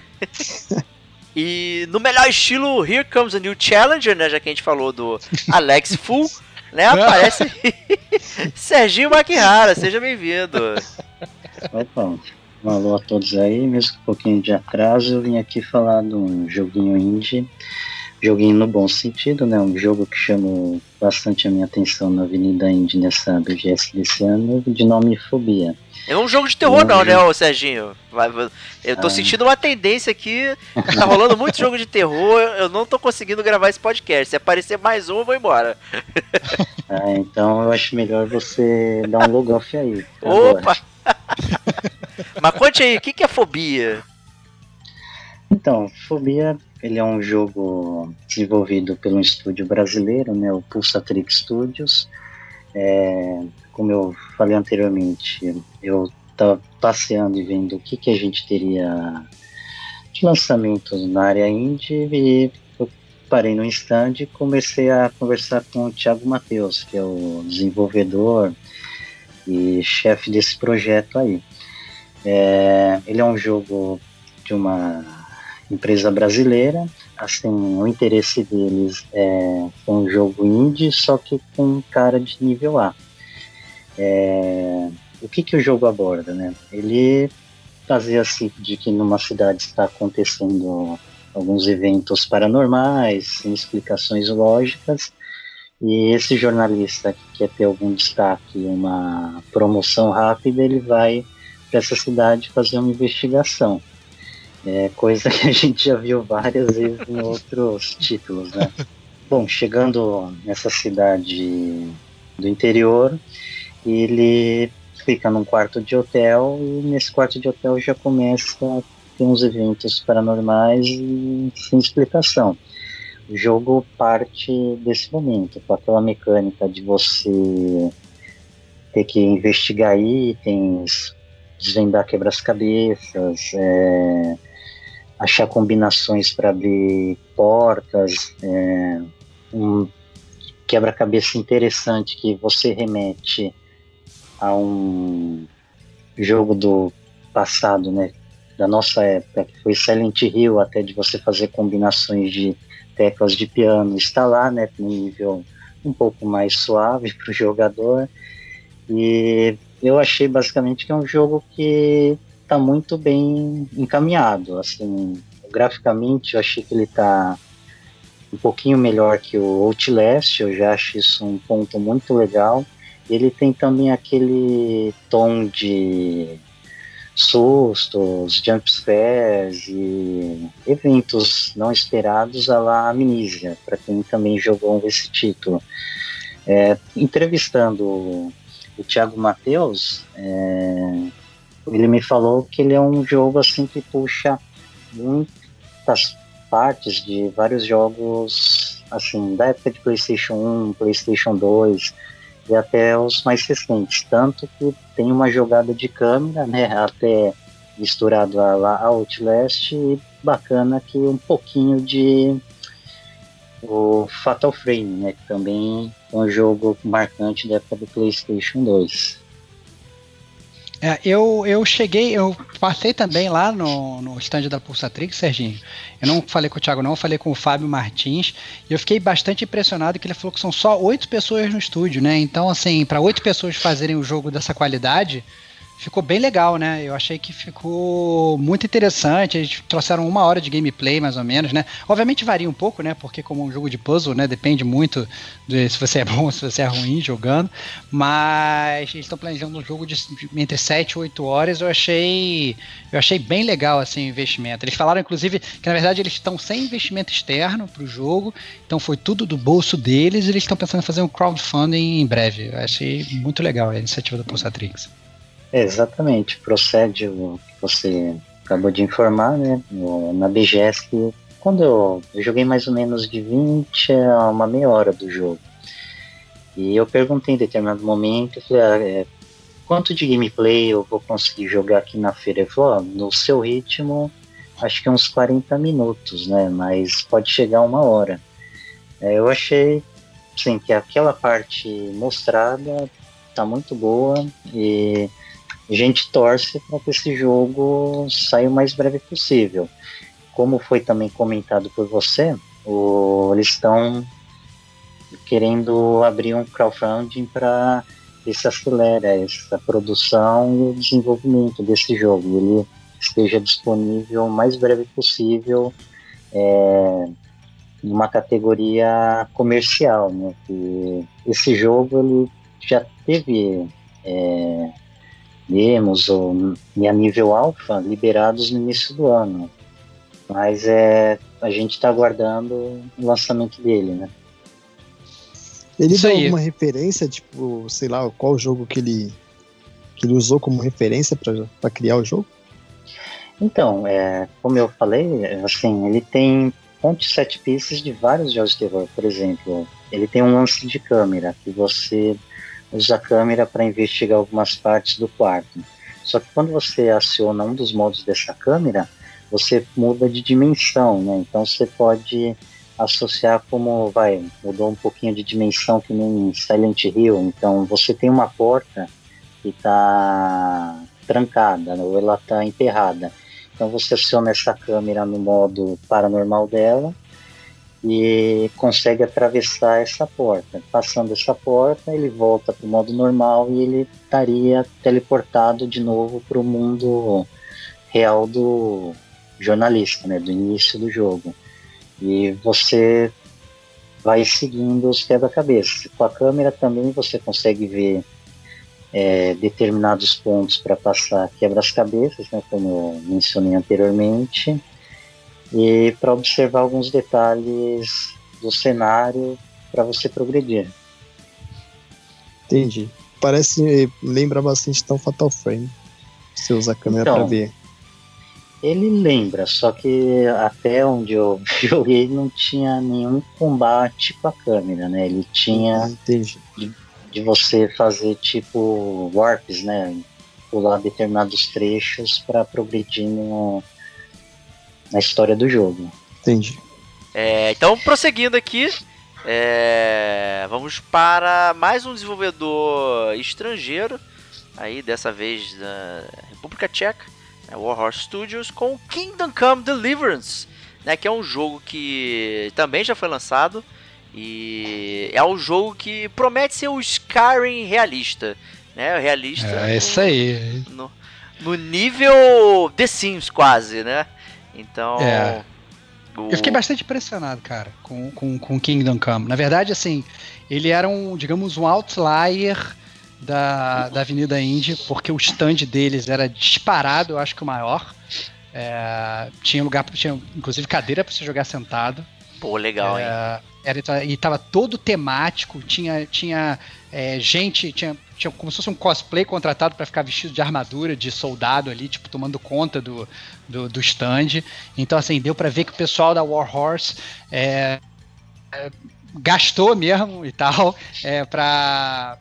E no melhor estilo, Here Comes a New Challenger, né? Já que a gente falou do Alex Fu, né? Aparece Serginho Maquihara, seja bem-vindo. Opa, um alô a todos aí, mesmo com um pouquinho de atraso, eu vim aqui falar de um joguinho indie, joguinho no bom sentido, né? Um jogo que chamou bastante a minha atenção na Avenida Indie nessa B G S desse ano, de nome Fobia. É um jogo de terror Não, não, né, jogo- ô Serginho? Vai- vai- Eu tô Ah. sentindo uma tendência aqui, tá rolando muito jogo de terror, eu não tô conseguindo gravar esse podcast. Se aparecer mais um, eu vou embora. Ah, então eu acho melhor você dar um log off aí. agora. Opa! Mas conte aí, o que, que é fobia? Então, Fobia, ele é um jogo desenvolvido por um estúdio brasileiro, né, o Pulsatrix Studios. É, como eu falei anteriormente, eu estava passeando e vendo o que, que a gente teria de lançamentos na área indie, e eu parei no stand e comecei a conversar com o Thiago Matheus, que é o desenvolvedor e chefe desse projeto aí. É, ele é um jogo de uma empresa brasileira, assim, o interesse deles é um jogo indie, só que com cara de nível A. É, o que, que o jogo aborda, né? Ele fazia-se de que numa cidade está acontecendo alguns eventos paranormais, sem explicações lógicas, e esse jornalista que quer ter algum destaque, uma promoção rápida, ele vai para essa cidade fazer uma investigação. É coisa que a gente já viu várias vezes em outros títulos, né? Bom, chegando nessa cidade do interior, ele fica num quarto de hotel, e nesse quarto de hotel já começa a ter uns eventos paranormais e sem explicação. O jogo parte desse momento, com aquela mecânica de você ter que investigar itens, desvendar quebra-cabeças, é, achar combinações para abrir portas, é, um quebra-cabeça interessante que você remete a um jogo do passado, né, da nossa época, que foi Silent Hill, até de você fazer combinações de teclas de piano, está lá, né, num nível um pouco mais suave para o jogador. E eu achei basicamente que é um jogo que está muito bem encaminhado, assim, graficamente eu achei que ele está um pouquinho melhor que o Outlast, eu já acho isso um ponto muito legal. Ele tem também aquele tom de sustos, jumpscares e eventos não esperados à la Amnesia, para quem também jogou esse título. É, entrevistando o Thiago Matheus, é, ele me falou que ele é um jogo assim que puxa muitas partes de vários jogos assim da época de PlayStation um, PlayStation dois e até os mais recentes, tanto que tem uma jogada de câmera, né, até misturado a, a Outlast, e bacana que um pouquinho de o Fatal Frame, né, que também é um jogo marcante da época do PlayStation dois. É, eu, eu cheguei, eu passei também lá no, no stand da Pulsatrix, Serginho. Eu não falei com o Thiago não, eu falei com o Fábio Martins, e eu fiquei bastante impressionado que ele falou que são só oito pessoas no estúdio, né? Então, assim, para oito pessoas fazerem o jogo dessa qualidade, ficou bem legal, né? Eu achei que ficou muito interessante. Eles trouxeram uma hora de gameplay, mais ou menos, né? Obviamente varia um pouco, né? Porque como um jogo de puzzle, né? Depende muito de se você é bom ou se você é ruim jogando. Mas eles estão planejando um jogo de, de entre sete e oito horas. Eu achei, eu achei bem legal, assim, o investimento. Eles falaram, inclusive, que na verdade eles estão sem investimento externo para o jogo. Então foi tudo do bolso deles. E eles estão pensando em fazer um crowdfunding em breve. Eu achei muito legal a iniciativa da Pulsatrix. É, exatamente, procede o que você acabou de informar, né, no, na B G S, que quando eu, eu joguei mais ou menos de vinte a uma meia hora do jogo, e eu perguntei em determinado momento, eu falei, ah, é, quanto de gameplay eu vou conseguir jogar aqui na feira? Ele falou, oh, no seu ritmo, acho que uns quarenta minutos, né, mas pode chegar uma hora. É, eu achei, sim, que aquela parte mostrada tá muito boa, e a gente torce para que esse jogo saia o mais breve possível. Como foi também comentado por você, o, eles estão querendo abrir um crowdfunding para que se acelere essa produção e o desenvolvimento desse jogo. Ele esteja disponível o mais breve possível, é, numa categoria comercial, né? Que esse jogo ele já teve é, demos ou em a nível alfa liberados no início do ano, mas é, a gente está aguardando o lançamento dele, né? Ele Isso deu aí. alguma referência, tipo, sei lá, qual jogo que ele, que ele usou como referência para criar o jogo? Então, é, como eu falei, assim, ele tem pontos set pieces de vários jogos de terror. Por exemplo, ele tem um lance de câmera, que você usa a câmera para investigar algumas partes do quarto. Só que quando você aciona um dos modos dessa câmera, você muda de dimensão, né? Então você pode associar como, vai, mudou um pouquinho de dimensão que nem Silent Hill. Então você tem uma porta que está trancada, ou ela está enterrada. Então você aciona essa câmera no modo paranormal dela e consegue atravessar essa porta. Passando essa porta, ele volta para o modo normal e ele estaria teleportado de novo para o mundo real do jornalista, né, do início do jogo. E você vai seguindo os quebra-cabeças. Com a câmera também você consegue ver é, determinados pontos para passar quebra-cabeças, né, como eu mencionei anteriormente, e para observar alguns detalhes do cenário para você progredir. Entendi. Parece, lembra bastante então Fatal Frame. Você usa a câmera Então, para ver. Ele lembra, só que até onde eu joguei não tinha nenhum combate com a câmera, né? Ele tinha Entendi. de, de você fazer tipo warps, né? Pular determinados trechos para progredir no, na história do jogo. Entendi. É, então, prosseguindo aqui, é, vamos para mais um desenvolvedor estrangeiro, aí dessa vez da República Tcheca, né, Warhorse Studios, com Kingdom Come Deliverance, né, que é um jogo que também já foi lançado e é um jogo que promete ser o Skyrim realista, né, realista. É no, isso aí. No, no nível The Sims quase, né? Então, É. o... Eu fiquei bastante impressionado, cara, com, com, com Kingdom Come. Na verdade, assim, ele era um, digamos, um outlier da, da Avenida Indy, porque o stand deles era disparado, eu acho que o maior. É, tinha lugar, tinha inclusive cadeira para você jogar sentado. Pô, legal, é, hein? Era, e tava todo temático, tinha, tinha é, gente, tinha, tinha como se fosse um cosplay contratado para ficar vestido de armadura, de soldado ali, tipo, tomando conta do, do, do stand. Então, assim, deu para ver que o pessoal da Warhorse é, é, gastou mesmo e tal é, para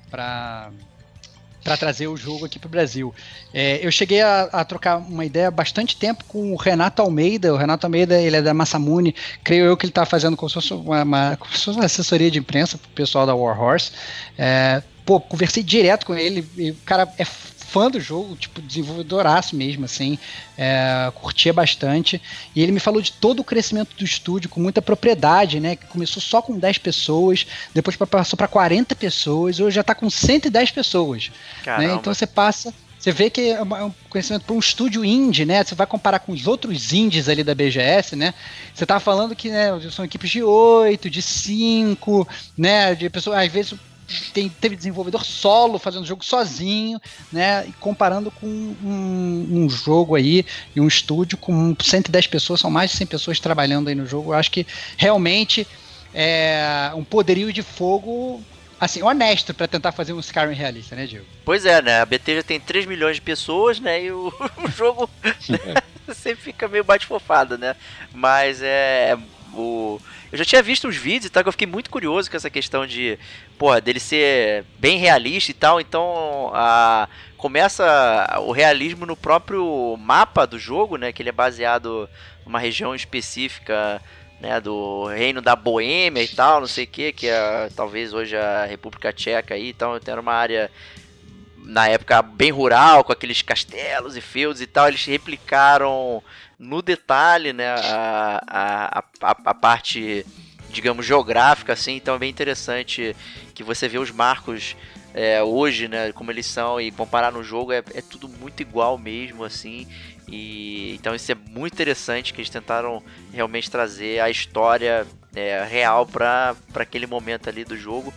para trazer o jogo aqui para o Brasil. É, eu cheguei a, a trocar uma ideia há bastante tempo com o Renato Almeida. O Renato Almeida, ele é da Masamune, creio eu que ele está fazendo como se fosse uma, uma, como se fosse uma assessoria de imprensa para o pessoal da Warhorse. É, pô, conversei direto com ele, e o cara é fã do jogo, tipo, desenvolvedoraço mesmo, assim, é, curtia bastante, e ele me falou de todo o crescimento do estúdio com muita propriedade, né, que começou só com dez pessoas, depois passou para quarenta pessoas, hoje já está com cento e dez pessoas, né, então você passa, você vê que é um conhecimento para um estúdio indie, né, você vai comparar com os outros indies ali da B G S, né, você tá falando que, né, são equipes de oito, de cinco, né, de pessoas, às vezes Tem, teve desenvolvedor solo fazendo jogo sozinho, né? E comparando com um, um jogo aí e um estúdio com cento e dez pessoas, são mais de cem pessoas trabalhando aí no jogo. Eu acho que realmente é um poderio de fogo, assim, honesto para tentar fazer um Skyrim realista, né, Diego? Pois é, né? A B T já tem três milhões de pessoas, né? E o, o jogo né? sempre fica meio bate-fofado, né? Mas é o Eu já tinha visto uns vídeos e tal, que eu fiquei muito curioso com essa questão de, pô, dele ser bem realista e tal, então a, começa o realismo no próprio mapa do jogo, né, que ele é baseado numa região específica, né, do reino da Boêmia e tal, não sei o que, que é talvez hoje a República Tcheca aí, então era uma área na época bem rural, com aqueles castelos e feudos e tal, eles replicaram no detalhe, né, a, a, a, a parte, digamos, geográfica, assim, então é bem interessante que você vê os marcos é, hoje, né, como eles são, e comparar no jogo, é, é tudo muito igual mesmo, assim, e então isso é muito interessante, que eles tentaram realmente trazer a história é, real para aquele momento ali do jogo,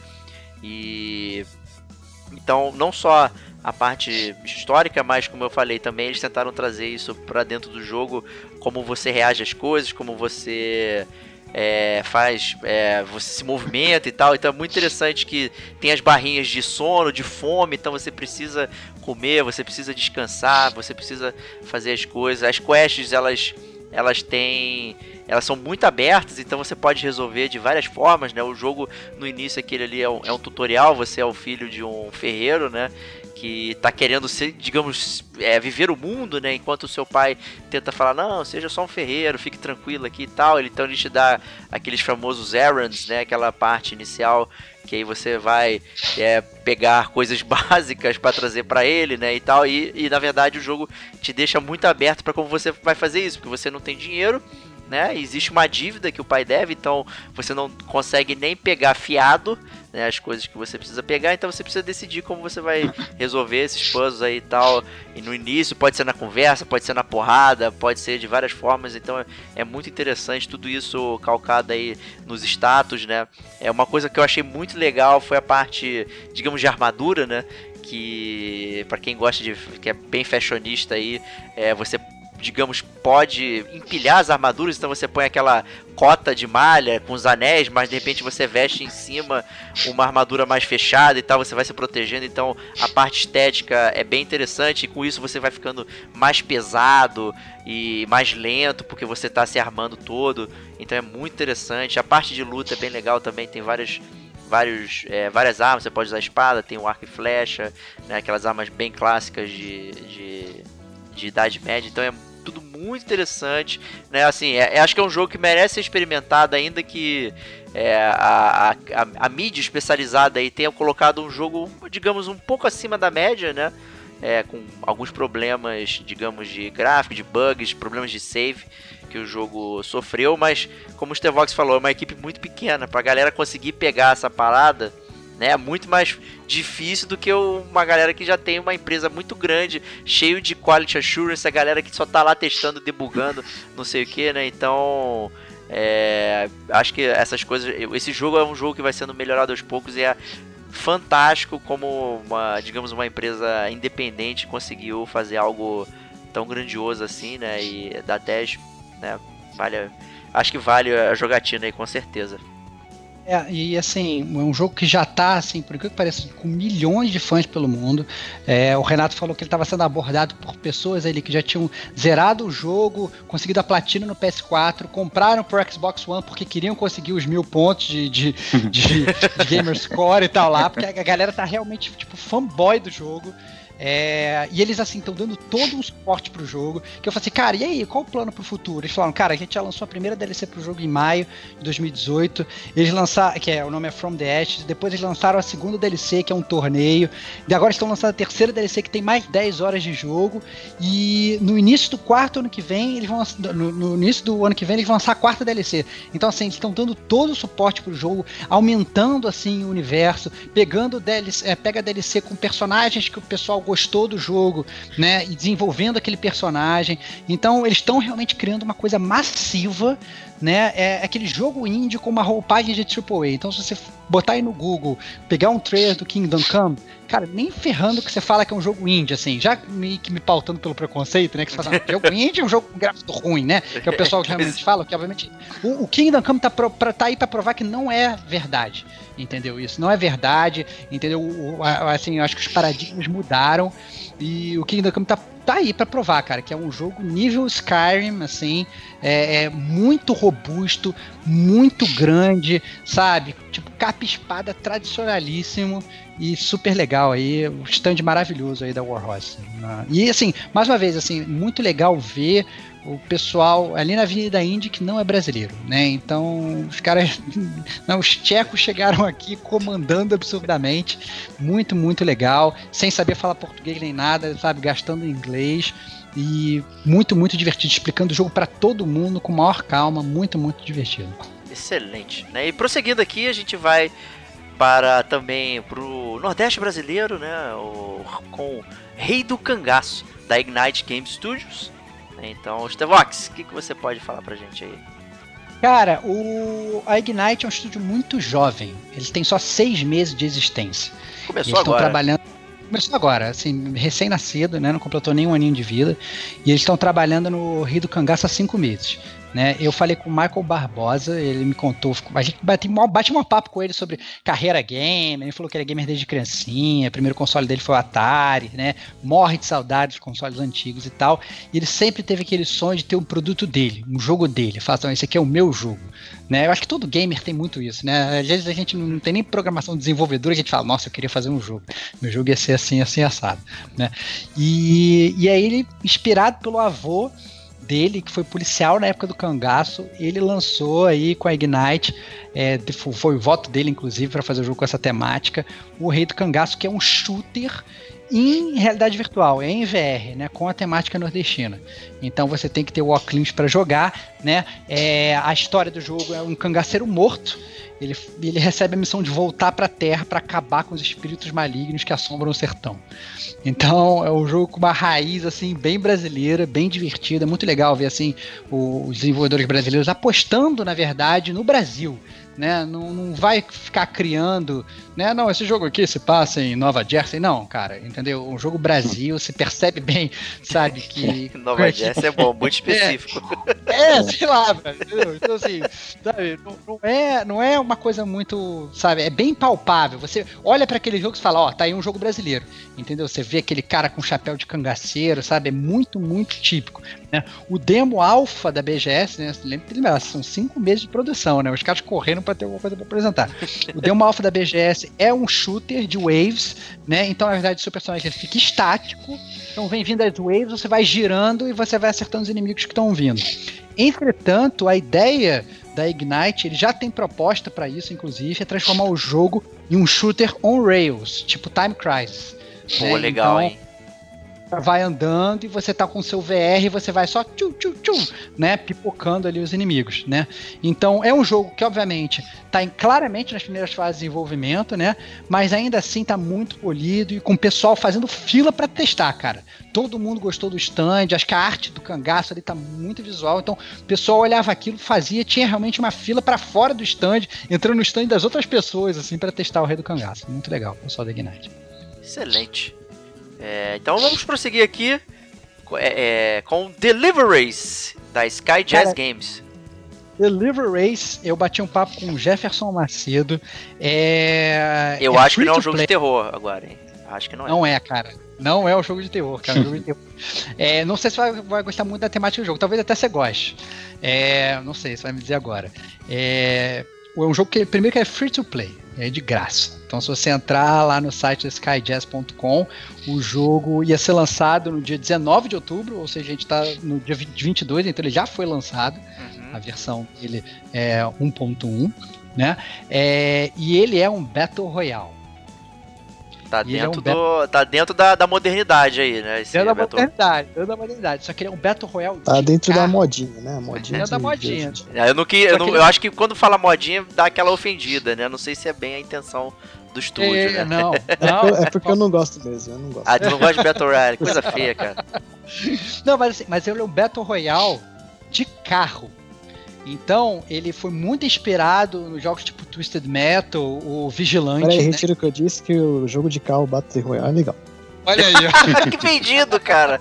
e então não só a parte histórica, mas como eu falei também, eles tentaram trazer isso pra dentro do jogo, como você reage às coisas, como você é, faz, é, você se movimenta e tal, então é muito interessante que tem as barrinhas de sono, de fome, então você precisa comer, você precisa descansar, você precisa fazer as coisas, as quests, elas, elas têm... elas são muito abertas, então você pode resolver de várias formas, né? O jogo, no início, aquele ali é um, é um tutorial, você é o filho de um ferreiro, né? Que tá querendo ser, digamos, é, viver o mundo, né? Enquanto o seu pai tenta falar, não, seja só um ferreiro, fique tranquilo aqui e tal. Então ele te dá aqueles famosos errands, né? Aquela parte inicial que aí você vai é, pegar coisas básicas para trazer para ele, né? E tal. E, e na verdade o jogo te deixa muito aberto para como você vai fazer isso, porque você não tem dinheiro, né? Existe uma dívida que o pai deve, então você não consegue nem pegar fiado, né, as coisas que você precisa pegar, então você precisa decidir como você vai resolver esses puzzles aí e tal. E no início pode ser na conversa, pode ser na porrada, pode ser de várias formas, então é, é muito interessante tudo isso calcado aí nos status, né? É uma coisa que eu achei muito legal foi a parte, digamos, de armadura, né? Que para quem gosta de, que é bem fashionista aí, é, você, digamos, pode empilhar as armaduras, então você põe aquela cota de malha com os anéis, mas de repente você veste em cima uma armadura mais fechada e tal, você vai se protegendo, então a parte estética é bem interessante, e com isso você vai ficando mais pesado e mais lento, porque você está se armando todo, então é muito interessante. A parte de luta é bem legal também, tem várias Vários, é, várias armas, você pode usar espada, tem o arco e flecha, né, aquelas armas bem clássicas de, de, de Idade Média, então é tudo muito interessante, né, assim, é, é, acho que é um jogo que merece ser experimentado, ainda que é, a, a, a mídia especializada aí tenha colocado um jogo, digamos, um pouco acima da média, né, é, com alguns problemas, digamos, de gráfico, de bugs, problemas de save, que o jogo sofreu, mas como o Stevox falou, é uma equipe muito pequena, pra galera conseguir pegar essa parada, né, é muito mais difícil do que uma galera que já tem uma empresa muito grande, cheio de quality assurance, a galera que só tá lá testando, debugando, não sei o que, né, então é, acho que essas coisas, esse jogo é um jogo que vai sendo melhorado aos poucos, e é fantástico como uma, digamos, uma empresa independente conseguiu fazer algo tão grandioso assim, né? E da dez, né? Vale, acho que vale a jogatina aí, com certeza. É, e assim, é um jogo que já tá, assim, por que parece, com milhões de fãs pelo mundo. É, o Renato falou que ele estava sendo abordado por pessoas ali que já tinham zerado o jogo, conseguido a platina no P S quatro, compraram pro Xbox One porque queriam conseguir os mil pontos de, de, de, de Gamerscore e tal lá, porque a galera tá realmente, tipo, fanboy do jogo. É, e eles assim estão dando todo um suporte pro jogo, que eu falei assim, cara, e aí, qual o plano pro futuro? Eles falaram, cara, a gente já lançou a primeira D L C pro jogo em maio de dois mil e dezoito, eles lançaram, que é, o nome é From the Ashes, depois eles lançaram a segunda D L C, que é um torneio, e agora estão lançando a terceira D L C, que tem mais dez horas de jogo, e no início do quarto ano que vem, eles vão no, no início do ano que vem, eles vão lançar a quarta D L C. Então assim, eles estão dando todo o suporte pro jogo, aumentando assim o universo, pegando D L C, é, pega a D L C com personagens que o pessoal gostou do jogo, né, e desenvolvendo aquele personagem. Então eles estão realmente criando uma coisa massiva, né, é aquele jogo indie com uma roupagem de triplo A. Então se você botar aí no Google, pegar um trailer do Kingdom Come, cara, nem ferrando que você fala que é um jogo indie, assim, já me, me pautando pelo preconceito, né, que você fala, ah, jogo indie é um jogo com gráfico ruim, né, que é o pessoal que realmente fala, que obviamente o, o Kingdom Come tá, pro, pra, tá aí pra provar que não é verdade, entendeu? Isso não é verdade, entendeu? O, assim, eu acho que os paradigmas mudaram e o Kingdom Come tá, tá aí pra provar, cara, que é um jogo nível Skyrim, assim, é, é muito robusto, muito grande, sabe? Tipo, capa e espada tradicionalíssimo e super legal aí, um stand maravilhoso aí da Warhorse. E assim, mais uma vez, assim, muito legal ver o pessoal ali na Avenida Indy que não é brasileiro, né? Então, os caras, não, os tchecos chegaram aqui comandando absurdamente, muito, muito legal, sem saber falar português nem nada, sabe? Gastando inglês e muito, muito divertido, explicando o jogo para todo mundo com maior calma, muito, muito divertido. Excelente, né? E prosseguindo aqui, a gente vai para também pro Nordeste brasileiro, né? O, com Rei do Cangaço, da Ignite Game Studios. Então, Stevox, o que, que você pode falar pra gente aí? Cara, o, a Ignite é um estúdio muito jovem. Eles têm só seis meses de existência. Começou eles agora. Trabalhando... Começou agora, assim, recém-nascido, né? Não completou nem um aninho de vida. E eles estão trabalhando no Rei do Cangaço há cinco meses. Né? Eu falei com o Michael Barbosa, ele me contou, a gente bate, bate um papo com ele sobre carreira gamer, ele falou que ele é gamer desde criancinha, o primeiro console dele foi o Atari, né? Morre de saudade dos consoles antigos e tal, e ele sempre teve aquele sonho de ter um produto dele, um jogo dele, fala assim, esse aqui é o meu jogo, né? Eu acho que todo gamer tem muito isso, né? Às vezes a gente não tem nem programação desenvolvedora, a gente fala, nossa, eu queria fazer um jogo, meu jogo ia ser assim, assim, assado, né? E, e aí ele, inspirado pelo avô dele, que foi policial na época do Cangaço, ele lançou aí com a Ignite, é, foi o voto dele inclusive para fazer o jogo com essa temática, o Rei do Cangaço, que é um shooter em realidade virtual, é em V R, né, com a temática nordestina. Então você tem que ter o óculos para jogar, né? É, a história do jogo é um cangaceiro morto. Ele, ele recebe a missão de voltar para a Terra para acabar com os espíritos malignos que assombram o sertão. Então é um jogo com uma raiz assim bem brasileira, bem divertida, muito legal ver assim os desenvolvedores brasileiros apostando na verdade no Brasil. Né? Não, não vai ficar criando, né? Não, esse jogo aqui se passa em Nova Jersey, não, cara, entendeu? Um jogo Brasil, se percebe bem, sabe que Nova Jersey é bom, muito específico. É, é sei lá, entendeu? Então assim, sabe, não, não é, não é uma coisa muito, sabe, é bem palpável. Você olha para aquele jogo e fala, ó, tá aí um jogo brasileiro, entendeu? Você vê aquele cara com chapéu de cangaceiro, sabe? É muito, muito típico. Né? O demo alpha da B G S, né? Lembra, são cinco meses de produção, né? Os caras correram para ter alguma coisa para apresentar. O demo alpha da B G S é um shooter de waves, né? Então, na verdade, o seu personagem fica estático. Então, vem vindo as waves, você vai girando e você vai acertando os inimigos que estão vindo. Entretanto, a ideia da Ignite, ele já tem proposta para isso, inclusive, é transformar o jogo em um shooter on rails, tipo Time Crisis. Pô, né? Legal, então, hein? vai andando e você tá com o seu V R e você vai só tchum, tchum, tchum, né, pipocando ali os inimigos, né? Então é um jogo que obviamente tá em, claramente nas primeiras fases de desenvolvimento, né? Mas ainda assim tá muito polido e com o pessoal fazendo fila para testar, cara. Todo mundo gostou do stand, acho que a arte do cangaço ali tá muito visual, então o pessoal olhava aquilo, fazia, tinha realmente uma fila para fora do stand, entrando no stand das outras pessoas assim para testar o Rei do Cangaço. Muito legal, o pessoal da Ignite. Excelente. É, então vamos prosseguir aqui é, é, com Deliveries da Sky Jazz Cara, Games. Deliver Race, eu bati um papo com o Jefferson Macedo. É, Eu é acho que não é um free to jogo play. de terror agora, hein? Acho que não é. Não é, cara. Não é um jogo de terror, cara. É um jogo de terror. É, não sei se vai, vai gostar muito da temática do jogo. Talvez até você goste. É, não sei, você vai me dizer agora. É, é um jogo que, primeiro, que é free to play. É de graça. Então, se você entrar lá no site sky jazz ponto com, o jogo ia ser lançado no dia dezenove de outubro, ou seja, a gente está no dia vinte e dois, então ele já foi lançado. Uhum. A versão dele é um ponto um, né? É, e ele é um Battle Royale. Tá dentro, é um do, bet... tá dentro da, da modernidade aí, né? Esse dentro da Battle... modernidade, dentro da modernidade. Só que ele é um Battle Royale. Tá dentro carro. da modinha, né? A modinha. Dentro da modinha. De... É, eu, não, que, eu, não, eu acho que quando fala modinha dá aquela ofendida, né? Não sei se é bem a intenção do estúdio, é, né? Não, não. É porque eu não gosto mesmo, eu não gosto. Ah, tu não gosta de Battle Royale? Coisa feia, cara. Não, mas, assim, mas ele é um Battle Royale de carro. Então, ele foi muito inspirado nos jogos tipo Twisted Metal, o Vigilante. Peraí, né? retiro o que eu disse, que o jogo de carro Battle Royale é legal. Olha aí, ó. Que vendido, cara.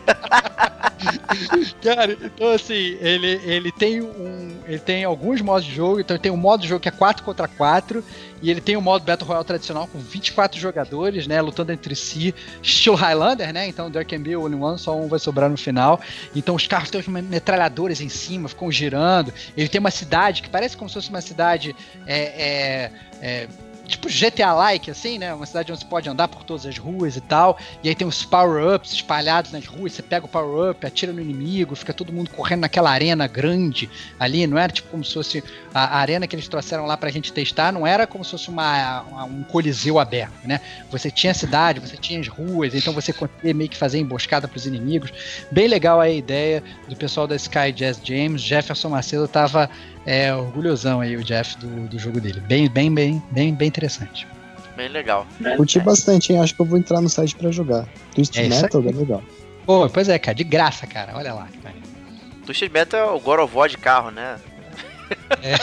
Cara, então assim, ele, ele tem um. Ele tem alguns modos de jogo, então ele tem um modo de jogo que é quatro contra quatro, e ele tem um modo Battle Royale tradicional com vinte e quatro jogadores, né? Lutando entre si, estilo Highlander, né? Então there can be only one, só um vai sobrar no final. Então os carros têm os metralhadores em cima, ficam girando. Ele tem uma cidade que parece como se fosse uma cidade. É, é, é, tipo G T A-like, assim, né? Uma cidade onde você pode andar por todas as ruas e tal. E aí tem os power-ups espalhados nas ruas. Você pega o power-up, atira no inimigo, fica todo mundo correndo naquela arena grande ali. Não era tipo como se fosse a, a arena que eles trouxeram lá pra gente testar. Não era como se fosse uma, uma, um coliseu aberto, né? Você tinha a cidade, você tinha as ruas. Então você conseguia meio que fazer emboscada pros inimigos. Bem legal a ideia do pessoal da Sky Jazz Games. Jefferson Macedo tava... É, orgulhosão aí o Jeff do, do jogo dele. Bem, bem, bem, bem, bem interessante. Bem legal. Curti bastante, hein? Acho que eu vou entrar no site pra jogar. Twisted é Metal é legal. Pô, pois é, cara, de graça, cara. Olha lá. Cara. Twisted Metal é o God of War de carro, né? É.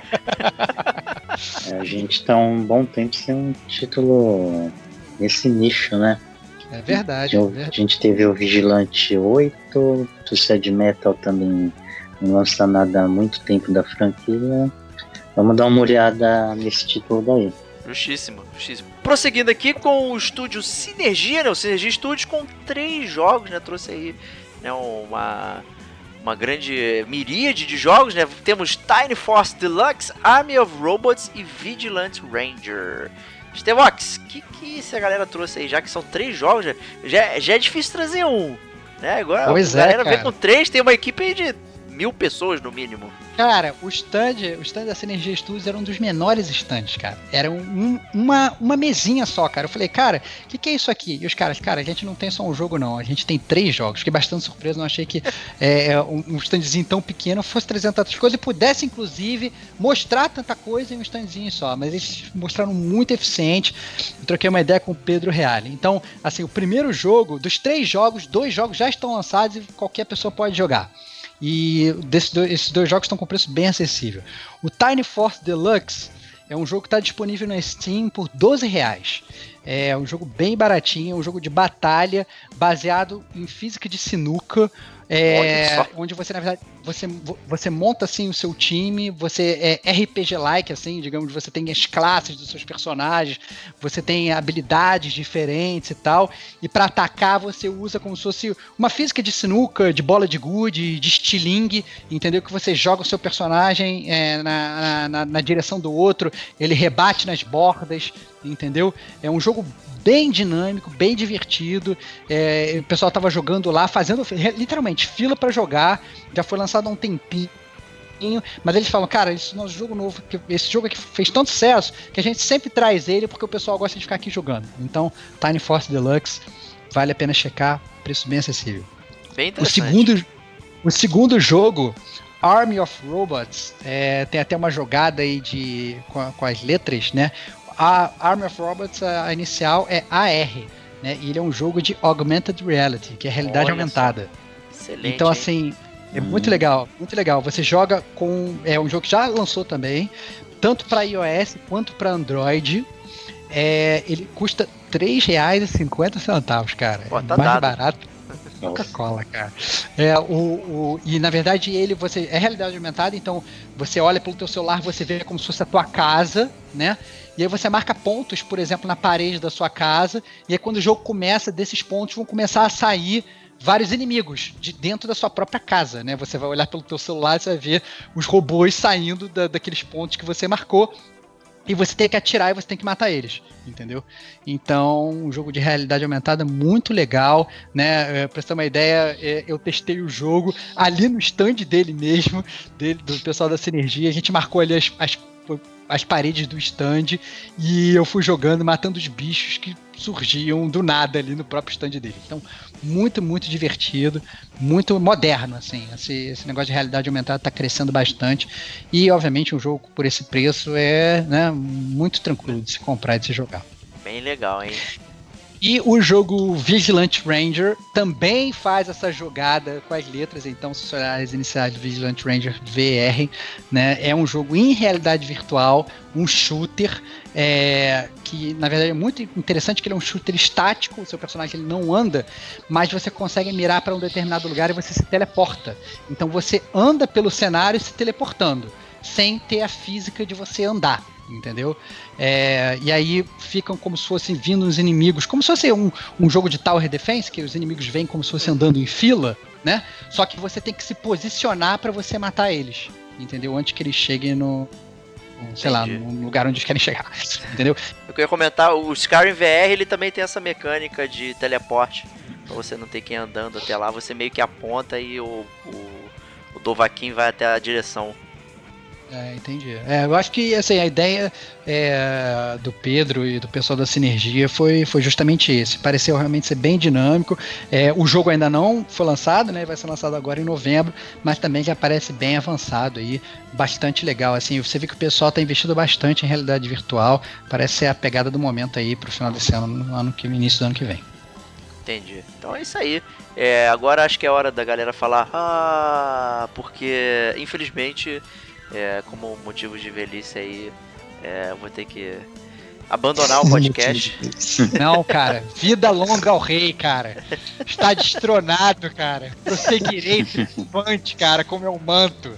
É, a gente tá um bom tempo sem um título nesse nicho, né? É verdade. Eu, é verdade. A gente teve o Vigilante oito, Twisted Metal também. Não lança nada há muito tempo da franquia. Vamos dar uma olhada nesse título daí. Justíssimo, justíssimo. Prosseguindo aqui com o estúdio Sinergia, né? O Sinergia Studios com três jogos, né? Trouxe aí, né, uma, uma grande miríade de jogos, né? Temos Tiny Force Deluxe, Army of Robots e Vigilante Ranger. Stevox, o que, que essa galera trouxe aí? Já que são três jogos, já, já, já é difícil trazer um, né? Agora pois a galera é, cara. vem com três, tem uma equipe aí de mil pessoas no mínimo. Cara, o stand, o stand da Synergy Studios era um dos menores stands, cara. Era um, uma, uma mesinha só, cara. Eu falei, cara, o que, que é isso aqui? E os caras, cara, a gente não tem só um jogo, não. A gente tem três jogos. Fiquei bastante surpreso, não achei que é, um, um standzinho tão pequeno fosse trazer tantas coisas e pudesse, inclusive, mostrar tanta coisa em um standzinho só. Mas eles mostraram muito eficiente. Eu troquei uma ideia com o Pedro Reale. Então, assim, o primeiro jogo, dos três jogos, dois jogos já estão lançados e qualquer pessoa pode jogar. E desses dois, esses dois jogos estão com preço bem acessível. O Tiny Force Deluxe é um jogo que está disponível na Steam por doze reais. É um jogo bem baratinho, um jogo de batalha baseado em física de sinuca. É, onde você, na verdade, você, você monta assim o seu time, você é R P G-like, assim, digamos, você tem as classes dos seus personagens, você tem habilidades diferentes e tal, e para atacar você usa como se fosse uma física de sinuca, de bola de gude, de estilingue, entendeu? Que você joga o seu personagem é, na, na, na direção do outro, ele rebate nas bordas, entendeu? É um jogo bem dinâmico, bem divertido. É, o pessoal tava jogando lá, fazendo literalmente fila para jogar. Já foi lançado há um tempinho, mas eles falam, cara, esse nosso jogo novo, esse jogo aqui fez tanto sucesso que a gente sempre traz ele porque o pessoal gosta de ficar aqui jogando. Então, Tiny Force Deluxe, vale a pena checar. preço bem acessível. Bem O interessante. segundo, o segundo jogo, Army of Robots, é, tem até uma jogada aí de, com, a- com as letras, né? A Army of Robots, a, a inicial é A R, né? E ele é um jogo de Augmented Reality, que é realidade Olha aumentada. Excelente, Então, hein? assim, é Hum. muito legal, muito legal. Você joga com. É um jogo que já lançou também, tanto para iOS quanto para Android. É, ele custa três reais e cinquenta centavos, cara. Pô, É tá mais dado. barato que Coca-Cola, cara. É, o, o, e na verdade ele você é realidade aumentada, então você olha pelo teu celular, você vê como se fosse a tua casa, né? E aí você marca pontos, por exemplo, na parede da sua casa, e aí quando o jogo começa, desses pontos vão começar a sair vários inimigos de dentro da sua própria casa, né? Você vai olhar pelo teu celular e você vai ver os robôs saindo da, daqueles pontos que você marcou. E você tem que atirar e você tem que matar eles, entendeu? Então, um jogo de realidade aumentada muito legal, né? É, pra você ter uma ideia, é, eu testei o jogo ali no stand dele mesmo, dele, do pessoal da Sinergia. A gente marcou ali as, as, as paredes do stand e eu fui jogando, matando os bichos que surgiam do nada ali no próprio stand dele. Então, muito, muito divertido, muito moderno, assim. Esse, esse negócio de realidade aumentada está crescendo bastante. E, obviamente, um jogo por esse preço é, né, muito tranquilo de se comprar e de se jogar. Bem legal, hein? E o jogo Vigilant Ranger também faz essa jogada com as letras, então se você olhar as iniciais do Vigilant Ranger V R, né, é um jogo em realidade virtual, um shooter, é, que na verdade é muito interessante, que ele é um shooter estático, o seu personagem ele não anda, mas você consegue mirar para um determinado lugar e você se teleporta. Então você anda pelo cenário se teleportando, sem ter a física de você andar. Entendeu? É, e aí ficam como se fossem vindo os inimigos, como se fosse um, um jogo de Tower Defense, que os inimigos vêm como se fosse andando em fila, né? Só que você tem que se posicionar para você matar eles, entendeu? Antes que eles cheguem no, no sei lá, Entendi. no lugar onde eles querem chegar, entendeu? Eu queria comentar, o Skyrim V R ele também tem essa mecânica de teleporte, pra você não ter que ir andando até lá, você meio que aponta e o, o, o Dovahkiin vai até a direção. É, entendi. É, eu acho que assim, a ideia é, do Pedro e do pessoal da Sinergia foi, foi justamente esse. Pareceu realmente ser bem dinâmico. É, o jogo ainda não foi lançado, né? Vai ser lançado agora em novembro, mas também já parece bem avançado aí, bastante legal. Assim, você vê que o pessoal está investindo bastante em realidade virtual. Parece ser a pegada do momento aí pro final desse ano, no ano que, início do ano que vem. Entendi. Então é isso aí. É, agora acho que é hora da galera falar, ah, porque infelizmente, é, como motivo de velhice aí, é, eu vou ter que abandonar o podcast. Não, cara, vida longa ao rei, cara. Está destronado, cara. Prosseguirei triunfante, cara, com meu manto.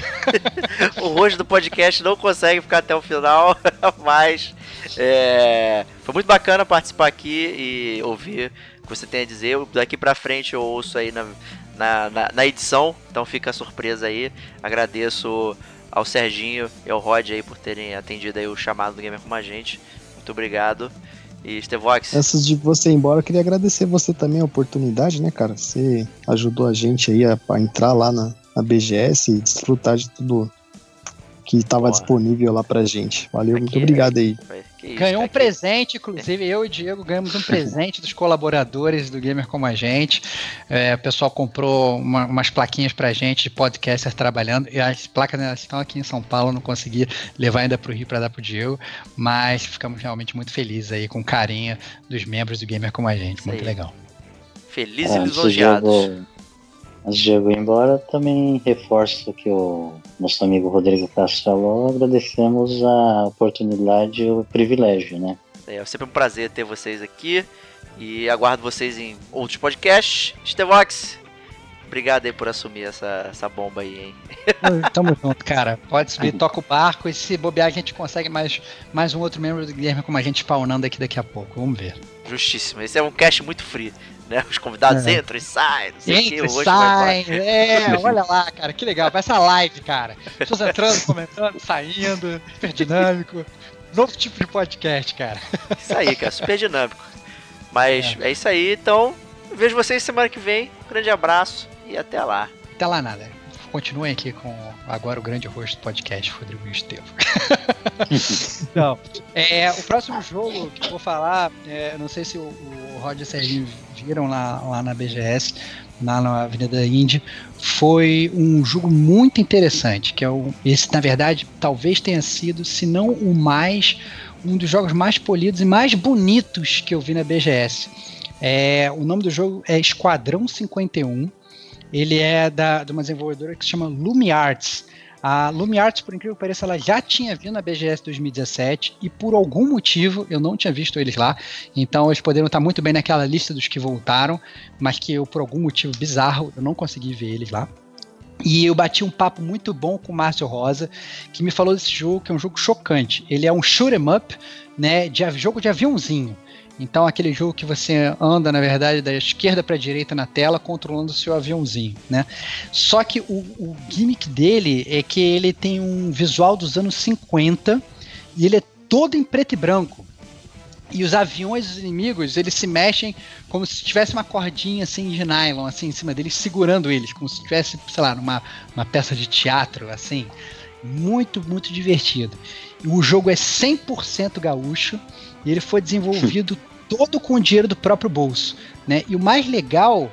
O rosto do podcast não consegue ficar até o final, mas é, foi muito bacana participar aqui e ouvir o que você tem a dizer. Eu, daqui pra frente eu ouço aí na, na, na, na edição, então fica a surpresa aí. Agradeço ao Serginho e ao Rod aí por terem atendido aí o chamado do Gamer Como a Gente. Muito obrigado. E Stevox. Antes de você ir embora, eu queria agradecer você também a oportunidade, né, cara? Você ajudou a gente aí a, a entrar lá na, na B G S e desfrutar de tudo que estava disponível lá pra gente. Valeu, Aqui, muito obrigado aí. Que isso, Ganhou um aqui. presente, inclusive eu e o Diego ganhamos um presente dos colaboradores do Gamer Como a Gente. É, o pessoal comprou uma, umas plaquinhas pra gente de podcasters trabalhando, e as placas, né, estão aqui em São Paulo, não consegui levar ainda pro Rio para dar pro Diego, mas ficamos realmente muito felizes aí com o carinho dos membros do Gamer Como a Gente, Isso muito aí. legal. Felizes e Antes de lisonjeados. eu- antes de eu ir embora, também reforço o que o nosso amigo Rodrigo Castro falou. Agradecemos a oportunidade e o privilégio, né? É sempre um prazer ter vocês aqui e aguardo vocês em outros podcasts. Stevox, obrigado aí por assumir essa, essa bomba aí, hein? Tamo junto, cara. Pode subir, toca o barco, e se bobear a gente consegue mais, mais um outro membro do Gamer Como a Gente spawnando aqui daqui a pouco, vamos ver. Justíssimo. Esse é um cast muito free, né? Os convidados É. entram e saem, não sei o que. Entra, O host vai sai, embora. é, olha lá, cara, que legal, vai essa live, cara. Pessoas entrando, comentando, saindo, super dinâmico. Novo tipo de podcast, cara. Isso aí, cara, super dinâmico. Mas é. é isso aí, então vejo vocês semana que vem. Um grande abraço e até lá. Até lá nada. Continuem aqui com agora o grande host do podcast, Rodrigo Estevam. Então, é, o próximo jogo que eu vou falar, é, não sei se o, o Rod e o Serginho viram lá, lá na B G S, lá na Avenida Indy, foi um jogo muito interessante, que é o, esse, na verdade, talvez tenha sido, se não o mais, um dos jogos mais polidos e mais bonitos que eu vi na B G S. É, o nome do jogo é Esquadrão cinquenta e um, ele é da, de uma desenvolvedora que se chama LumiArts. A LumiArts, por incrível que pareça, ela já tinha vindo na B G S dois mil e dezessete e por algum motivo eu não tinha visto eles lá, então eles poderiam estar muito bem naquela lista dos que voltaram, mas que eu, por algum motivo bizarro, eu não consegui ver eles lá. E eu bati um papo muito bom com o Márcio Rosa, que me falou desse jogo, que é um jogo chocante. Ele é um shoot 'em up, né, de jogo de aviãozinho. Então aquele jogo que você anda, na verdade, da esquerda para a direita na tela, controlando o seu aviãozinho, né? Só que o, o gimmick dele é que ele tem um visual dos anos cinquenta e ele é todo em preto e branco. E os aviões dos inimigos, eles se mexem como se tivesse uma cordinha assim de nylon assim em cima deles, segurando eles, como se tivesse, sei lá, numa uma peça de teatro, assim. Muito, muito divertido. O jogo é cem por cento gaúcho e ele foi desenvolvido todo com o dinheiro do próprio bolso, né? E o mais legal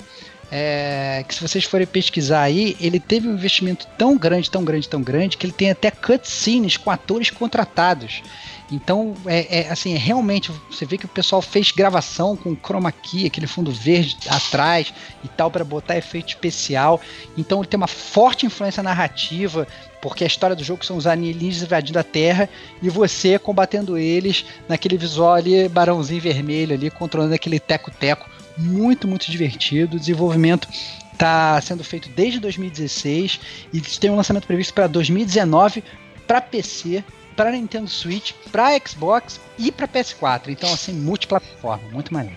é que, se vocês forem pesquisar aí, ele teve um investimento tão grande, tão grande, tão grande, que ele tem até cutscenes com atores contratados. Então, é, é assim, é realmente, você vê que o pessoal fez gravação com chroma key, aquele fundo verde atrás e tal, para botar efeito especial. Então ele tem uma forte influência narrativa, porque a história do jogo são os alienígenas invadindo a Terra e você combatendo eles naquele visual ali, barãozinho vermelho ali, controlando aquele teco-teco. Muito, muito divertido. O desenvolvimento está sendo feito desde dois mil e dezesseis e tem um lançamento previsto para dois mil e dezenove para P C, para Nintendo Switch, para Xbox e para P S quatro. Então, assim, multiplataforma. Muito maneiro.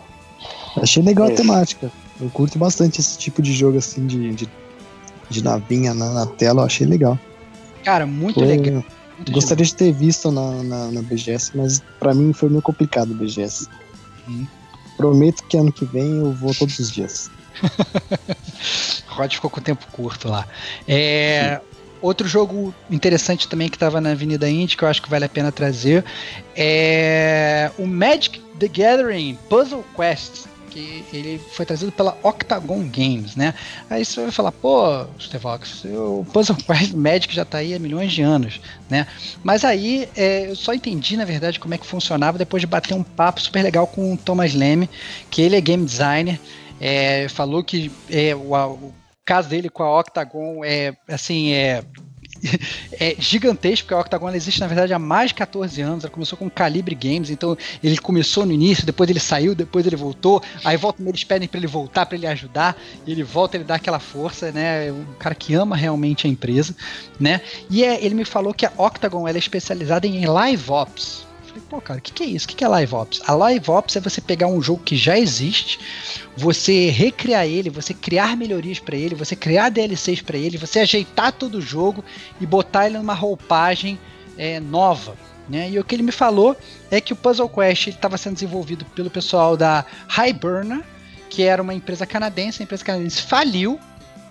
Achei legal a temática. Eu curto bastante esse tipo de jogo, assim, de, de, de navinha na, na tela. Eu achei legal. Cara, muito foi, legal. Muito gostaria de ter visto na, na, na B G S, mas pra mim foi meio complicado a B G S. Hum. Prometo que ano que vem eu vou todos os dias. O Rod ficou com o tempo curto lá. É... Outro jogo interessante também que estava na Avenida Indy, que eu acho que vale a pena trazer, é o Magic the Gathering Puzzle Quest, que ele foi trazido pela Octagon Games, né? Aí você vai falar, pô, Stevox, o Puzzle Quest Magic já está aí há milhões de anos, né? Mas aí é, eu só entendi, na verdade, como é que funcionava depois de bater um papo super legal com o Thomas Lemme, que ele é game designer, é, falou que é, o, o caso dele com a Octagon é, assim, é... é gigantesco, porque a Octagon ela existe na verdade há mais de catorze anos. Ela começou com o Calibre Games, então ele começou no início, depois ele saiu, depois ele voltou, aí volta eles pedem para ele voltar, para ele ajudar, ele volta, ele dá aquela força, né? É um cara que ama realmente a empresa, né? E é, ele me falou que a Octagon ela é especializada em Live Ops. Eu falei, pô, cara, o que, que é isso? O que, que é Live Ops? A Live Ops é você pegar um jogo que já existe, você recriar ele, você criar melhorias para ele, você criar D L Cs para ele, você ajeitar todo o jogo e botar ele numa roupagem é, nova, né? E o que ele me falou é que o Puzzle Quest estava sendo desenvolvido pelo pessoal da Hiberna, que era uma empresa canadense, a empresa canadense faliu,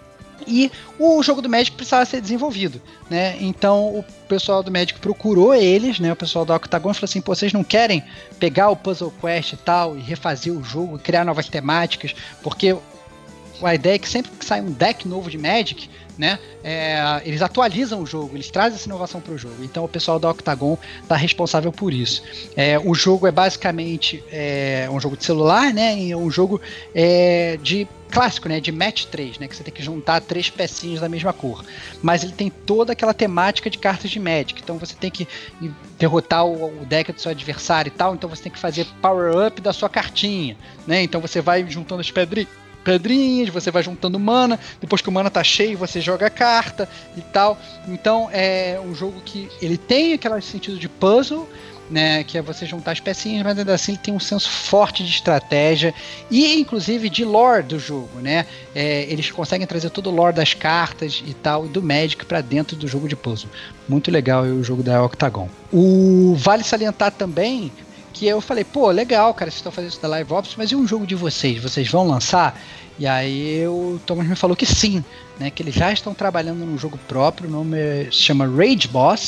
e o jogo do Magic precisava ser desenvolvido, né? Então o pessoal do Magic procurou eles, né? O pessoal da Octagon falou assim, pô, vocês não querem pegar o Puzzle Quest e tal e refazer o jogo, criar novas temáticas, porque a ideia é que sempre que sai um deck novo de Magic, né, é, eles atualizam o jogo, eles trazem essa inovação para o jogo. Então o pessoal da Octagon está responsável por isso. É, o jogo é basicamente é, um jogo de celular, né, e é um jogo é, de clássico, né, de match três, né, que você tem que juntar três pecinhas da mesma cor. Mas ele tem toda aquela temática de cartas de Magic. Então você tem que derrotar o, o deck do seu adversário e tal. Então você tem que fazer power up da sua cartinha, né? Então você vai juntando as pedrinhas. pedrinhas, você vai juntando mana, depois que o mana tá cheio, você joga a carta e tal. Então é um jogo que ele tem aquele sentido de puzzle, né, que é você juntar as pecinhas, mas ainda assim ele tem um senso forte de estratégia e inclusive de lore do jogo, né? É, eles conseguem trazer todo o lore das cartas e tal, e do Magic para dentro do jogo de puzzle. Muito legal o jogo da Octagon. O vale salientar também que eu falei, pô, legal, cara, vocês estão fazendo isso da Live Ops, mas e um jogo de vocês? Vocês vão lançar? E aí o Thomas me falou que sim, né, que eles já estão trabalhando num jogo próprio, o nome se chama Rage Boss,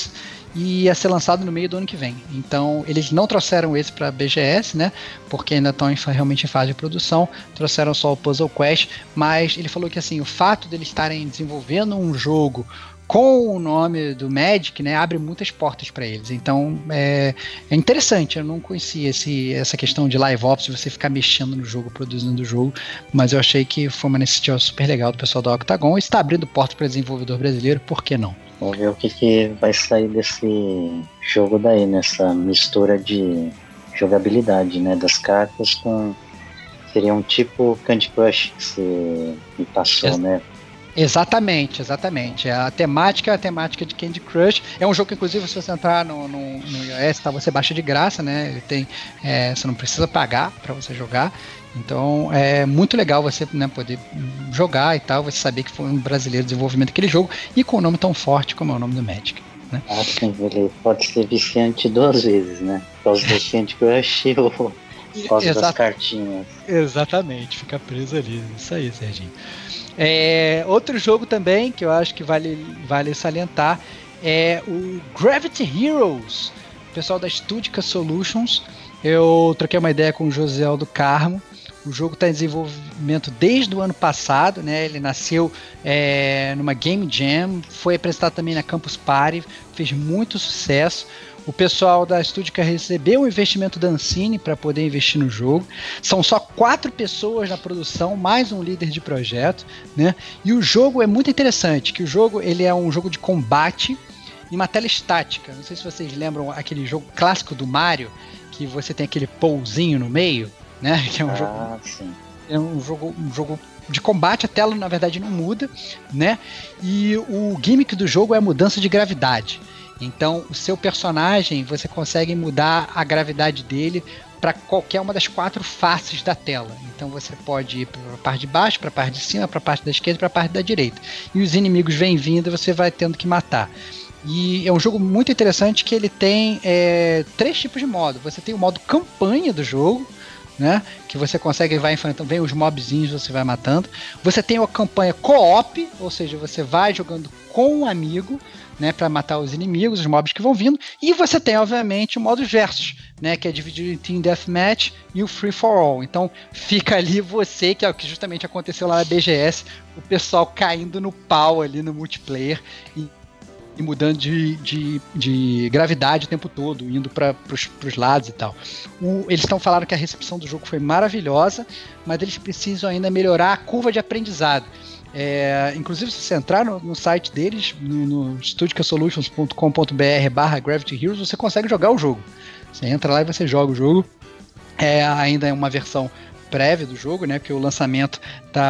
e ia ser lançado no meio do ano que vem. Então eles não trouxeram esse para B G S, né? Porque ainda estão em, realmente em fase de produção. Trouxeram só o Puzzle Quest, mas ele falou que assim, o fato deles estarem desenvolvendo um jogo com o nome do Magic, né, abre muitas portas para eles. Então é, é interessante. Eu não conhecia esse, essa questão de live ops, de você ficar mexendo no jogo, produzindo o jogo, mas eu achei que foi uma iniciativa super legal do pessoal da Octagon e está abrindo porta para desenvolvedor brasileiro, por que não? Vamos ver o que, que vai sair desse jogo daí, nessa mistura de jogabilidade, né, das cartas com... Seria um tipo Candy Crush que você me passou, Ex- né? Exatamente, exatamente. A temática é a temática de Candy Crush. É um jogo que, inclusive, se você entrar no, no, no iOS, tá, você baixa de graça, né? Ele tem, é, você não precisa pagar para você jogar. Então é muito legal você, né, poder jogar e tal, você saber que foi um brasileiro desenvolvimento daquele jogo e com um nome tão forte como é o nome do Magic, né? Ah, sim, ele pode ser viciante duas vezes, né? Por causa do Candy Crush e o... Por causa Exato. das cartinhas. Exatamente, fica preso ali. Isso aí, Serginho. É, outro jogo também que eu acho que vale, vale salientar é o Gravity Heroes, pessoal da Studica Solutions. Eu troquei uma ideia com o José do Carmo. O jogo está em desenvolvimento desde o ano passado, né? Ele nasceu é, numa Game Jam, foi apresentado também na Campus Party, fez muito sucesso. O pessoal da Studica recebeu um investimento da Ancine para poder investir no jogo. São só quatro pessoas na produção, mais um líder de projeto, né? E o jogo é muito interessante, que o jogo ele é um jogo de combate em uma tela estática. Não sei se vocês lembram aquele jogo clássico do Mario, que você tem aquele pouzinho no meio, né? Que é um ah, jogo, sim. é um jogo, um jogo de combate. A tela na verdade não muda, né? E o gimmick do jogo é a mudança de gravidade. Então, o seu personagem, você consegue mudar a gravidade dele para qualquer uma das quatro faces da tela. Então, você pode ir para a parte de baixo, para a parte de cima, para a parte da esquerda e para a parte da direita. E os inimigos vêm vindo e você vai tendo que matar. E é um jogo muito interessante que ele tem é, três tipos de modo. Você tem o modo campanha do jogo, né, que você consegue, vai enfrentando, vem os mobzinhos, você vai matando. Você tem a campanha co-op, ou seja, você vai jogando com um amigo, né, para matar os inimigos, os mobs que vão vindo. E você tem, obviamente, o modo versus, né, que é dividido em Team Deathmatch e o Free for All. Então fica ali você, que é o que justamente aconteceu lá na B G S, o pessoal caindo no pau ali no multiplayer e, e mudando de, de, de gravidade o tempo todo, indo para os lados e tal. O, eles estão falando que a recepção do jogo foi maravilhosa, mas eles precisam ainda melhorar a curva de aprendizado. É, inclusive, se você entrar no, no site deles, no, no studica solutions ponto com ponto b r barra Gravity Heroes, você consegue jogar o jogo. Você entra lá e você joga o jogo. É, ainda é uma versão prévia do jogo, né? Porque o lançamento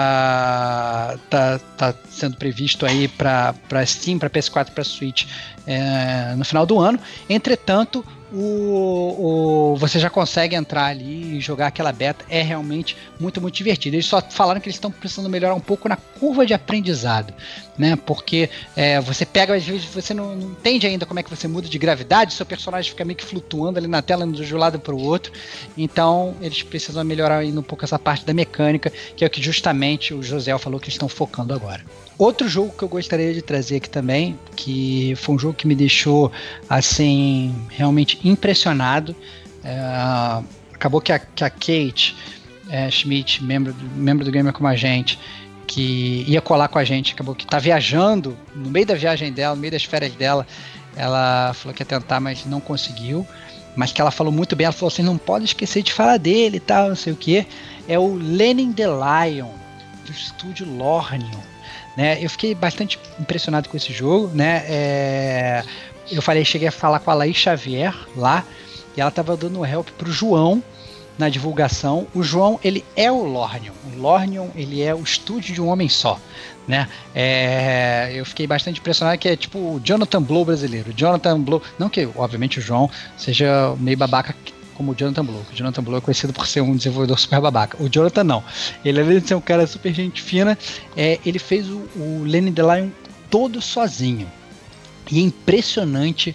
tá, tá, tá sendo previsto aí para Steam, para P S quatro, para Switch é, no final do ano. Entretanto, O, o, você já consegue entrar ali e jogar aquela beta. É realmente muito, muito divertido. Eles só falaram que eles estão precisando melhorar um pouco na curva de aprendizado, né? Porque é, você pega, às vezes você não, não entende ainda como é que você muda de gravidade, seu personagem fica meio que flutuando ali na tela de um lado para o outro. Então eles precisam melhorar ainda um pouco essa parte da mecânica, que é o que justamente o José falou que eles estão focando agora. Outro jogo que eu gostaria de trazer aqui também, que foi um jogo que me deixou assim realmente impressionado. É, acabou que a, que a Kate é, Schmidt, membro do, membro do Gamer Como a Gente, que ia colar com a gente, acabou que tá viajando, no meio da viagem dela, no meio das férias dela, ela falou que ia tentar, mas não conseguiu. Mas que ela falou muito bem, ela falou assim, não pode esquecer de falar dele e tal, não sei o que. É o Lenin the Lion, do estúdio Lornion. Né, eu fiquei bastante impressionado com esse jogo, né? É, eu falei, cheguei a falar com a Laís Xavier lá, e ela estava dando help pro João na divulgação. O João, ele é o Lornion. O Lornion, ele é o estúdio de um homem só, né? É, eu fiquei bastante impressionado que é tipo o Jonathan Blow brasileiro. Jonathan Blow, não que, obviamente, o João seja meio babaca como o Jonathan Blow. O Jonathan Blow é conhecido por ser um desenvolvedor super babaca. O Jonathan não. Ele, além de ser um cara super gente fina, é, ele fez o, o Lenin the Lion todo sozinho. E é impressionante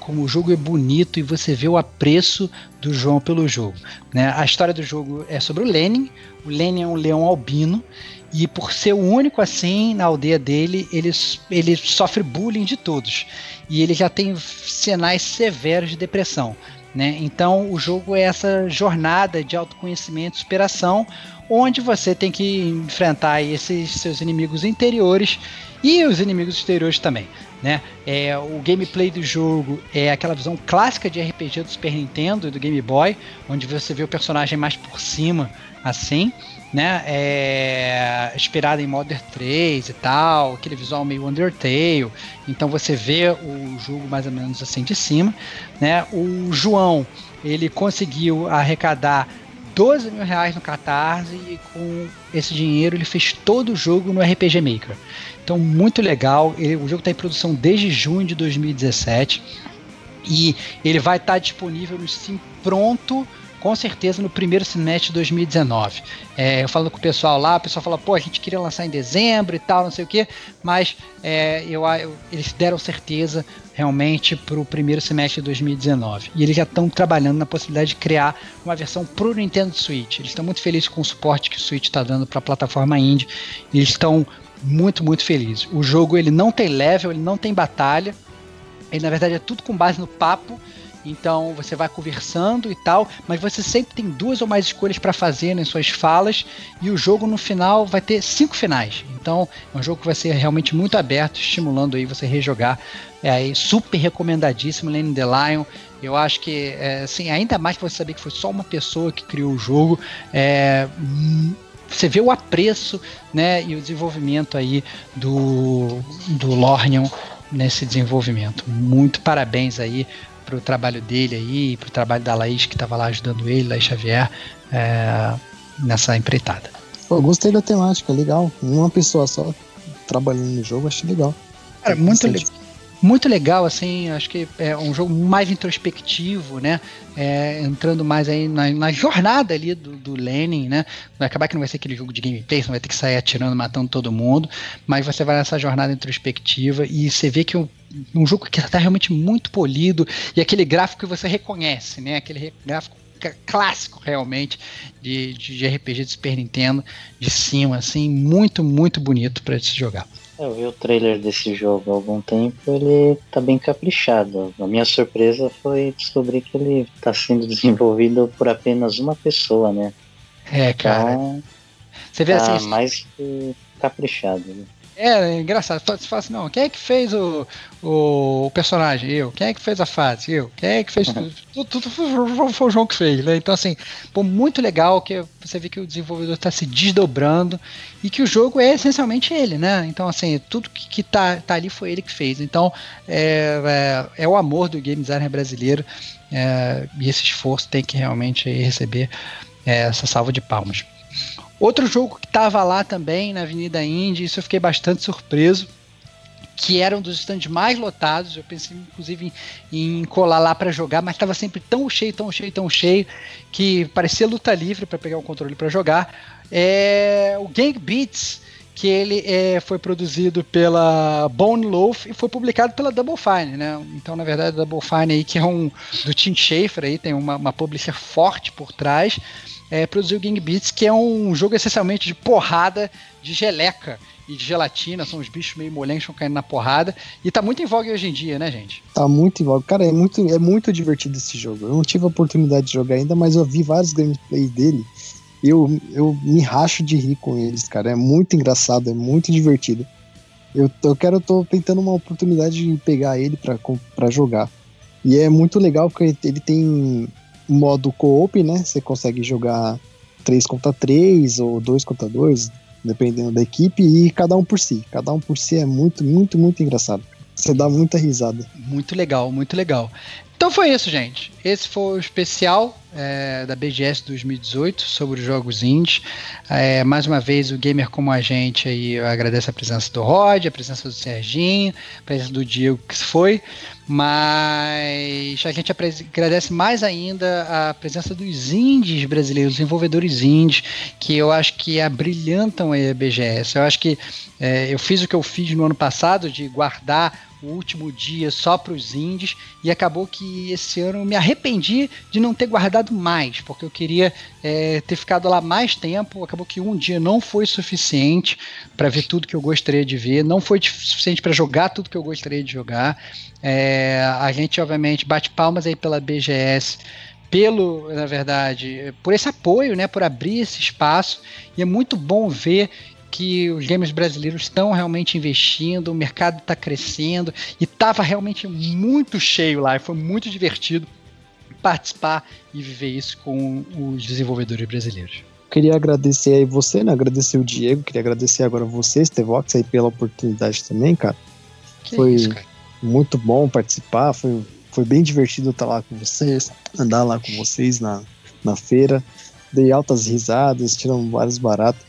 como o jogo é bonito e você vê o apreço do João pelo jogo, né? A história do jogo é sobre o Lenin. O Lenin é um leão albino e por ser o único assim na aldeia dele, ele, ele sofre bullying de todos e ele já tem sinais severos de depressão, né? Então o jogo é essa jornada de autoconhecimento e superação, onde você tem que enfrentar esses seus inimigos interiores e os inimigos exteriores também, né? É, o gameplay do jogo é aquela visão clássica de R P G do Super Nintendo e do Game Boy, onde você vê o personagem mais por cima, assim, né? É, inspirado em Modern três e tal, aquele visual meio Undertale. Então você vê o jogo mais ou menos assim de cima, né? O João, ele conseguiu arrecadar doze mil reais no Catarse e com esse dinheiro ele fez todo o jogo no R P G Maker. Então muito legal, ele, o jogo está em produção desde junho de dois mil e dezessete e ele vai estar tá disponível no Steam pronto, com certeza no primeiro semestre de dois mil e dezenove. É, eu falando com o pessoal lá, o pessoal fala, pô, a gente queria lançar em dezembro e tal, não sei o que, mas é, eu, eu, eles deram certeza realmente para o primeiro semestre de dois mil e dezenove. E eles já estão trabalhando na possibilidade de criar uma versão para o Nintendo Switch. Eles estão muito felizes com o suporte que o Switch está dando para a plataforma indie. Eles estão muito, muito felizes. O jogo ele não tem level, ele não tem batalha. Ele na verdade é tudo com base no papo. Então você vai conversando e tal, mas você sempre tem duas ou mais escolhas para fazer nas suas falas, e o jogo no final vai ter cinco finais. Então é um jogo que vai ser realmente muito aberto, estimulando aí você rejogar. É aí super recomendadíssimo, Lenny the Lion. Eu acho que é, assim, ainda mais que você saber que foi só uma pessoa que criou o jogo, é, você vê o apreço, né, e o desenvolvimento aí do, do Lornion nesse desenvolvimento. Muito parabéns aí pro trabalho dele aí, pro trabalho da Laís que estava lá ajudando ele, Laís Xavier, é, nessa empreitada. Pô, gostei da temática, legal. Uma pessoa só trabalhando no jogo, achei legal. Cara, muito legal. Muito legal, assim, acho que é um jogo mais introspectivo, né? É, entrando mais aí na, na jornada ali do, do Lenin, né? Vai acabar que não vai ser aquele jogo de gameplay, você não vai ter que sair atirando, matando todo mundo, mas você vai nessa jornada introspectiva e você vê que um, um jogo que está realmente muito polido e aquele gráfico que você reconhece, né? Aquele gráfico clássico realmente de, de, de R P G de Super Nintendo, de cima, assim, muito, muito bonito para se jogar. Eu vi o trailer desse jogo há algum tempo, ele tá bem caprichado. A minha surpresa foi descobrir que ele tá sendo desenvolvido por apenas uma pessoa, né? É, cara. Então, você vê tá assim, mais que caprichado, né? É, é engraçado, você fala assim, não, quem é que fez o, o, o personagem? Eu. Quem é que fez a fase? Eu. Quem é que fez tudo? Tudo, tudo foi, foi o João que fez, né? Então, assim, pô, muito legal que você vê que o desenvolvedor está se desdobrando e que o jogo é essencialmente ele, né? Então, assim, tudo que, que tá, tá ali foi ele que fez. Então, é, é, é o amor do game designer brasileiro, é, e esse esforço tem que realmente receber é, essa salva de palmas. Outro jogo que estava lá também na Avenida Indie, isso eu fiquei bastante surpreso, que era um dos stands mais lotados. Eu pensei inclusive em, em colar lá para jogar, mas estava sempre tão cheio, tão cheio, tão cheio, que parecia luta livre para pegar um controle para jogar. É o Gang Beats, que ele é, foi produzido pela Bone Loaf e foi publicado pela Double Fine, né? Então, na verdade, a Double Fine aí, que é um do Tim Schafer, aí, tem uma, uma publisher forte por trás, é, produziu o Gang Beats, que é um jogo essencialmente de porrada, de geleca e de gelatina, são os bichos meio molenchos caindo na porrada, e tá muito em voga hoje em dia, né, gente? Tá muito em voga. Cara, é muito, é muito divertido esse jogo. Eu não tive a oportunidade de jogar ainda, mas eu vi vários gameplays dele. Eu, eu me racho de rir com eles, cara. É muito engraçado, é muito divertido. Eu, eu quero, eu tô tentando uma oportunidade de pegar ele pra, pra jogar. E é muito legal porque ele tem modo co-op, né? Você consegue jogar três contra três ou dois contra dois, dependendo da equipe, e cada um por si. Cada um por si é muito, muito, muito engraçado. Você dá muita risada. Muito legal, muito legal. Então foi isso, gente. Esse foi o especial é, da B G S dois mil e dezoito sobre os jogos indies. É, mais uma vez, o Gamer Como a Gente aí, eu agradeço a presença do Rod, a presença do Serginho, a presença do Diego que se foi, mas a gente agradece mais ainda a presença dos indies brasileiros, os desenvolvedores indies, que eu acho que abrilhantam a B G S. Eu acho que é, eu fiz o que eu fiz no ano passado, de guardar o último dia só para os indies, e acabou que esse ano eu me arrependi de não ter guardado mais, porque eu queria é, ter ficado lá mais tempo. Acabou que um dia não foi suficiente para ver tudo que eu gostaria de ver, não foi suficiente para jogar tudo que eu gostaria de jogar. É, a gente obviamente bate palmas aí pela B G S, pelo, na verdade, por esse apoio, né, por abrir esse espaço, e é muito bom ver que os games brasileiros estão realmente investindo, o mercado está crescendo, e estava realmente muito cheio lá, e foi muito divertido participar e viver isso com os desenvolvedores brasileiros. Queria agradecer aí você, né? Agradecer o Diego, queria agradecer agora você, Stevox, aí pela oportunidade também, cara. Que foi isso, cara. Muito bom participar, foi, foi bem divertido estar lá com vocês, andar lá com vocês na, na feira, dei altas risadas, tiramos vários baratos.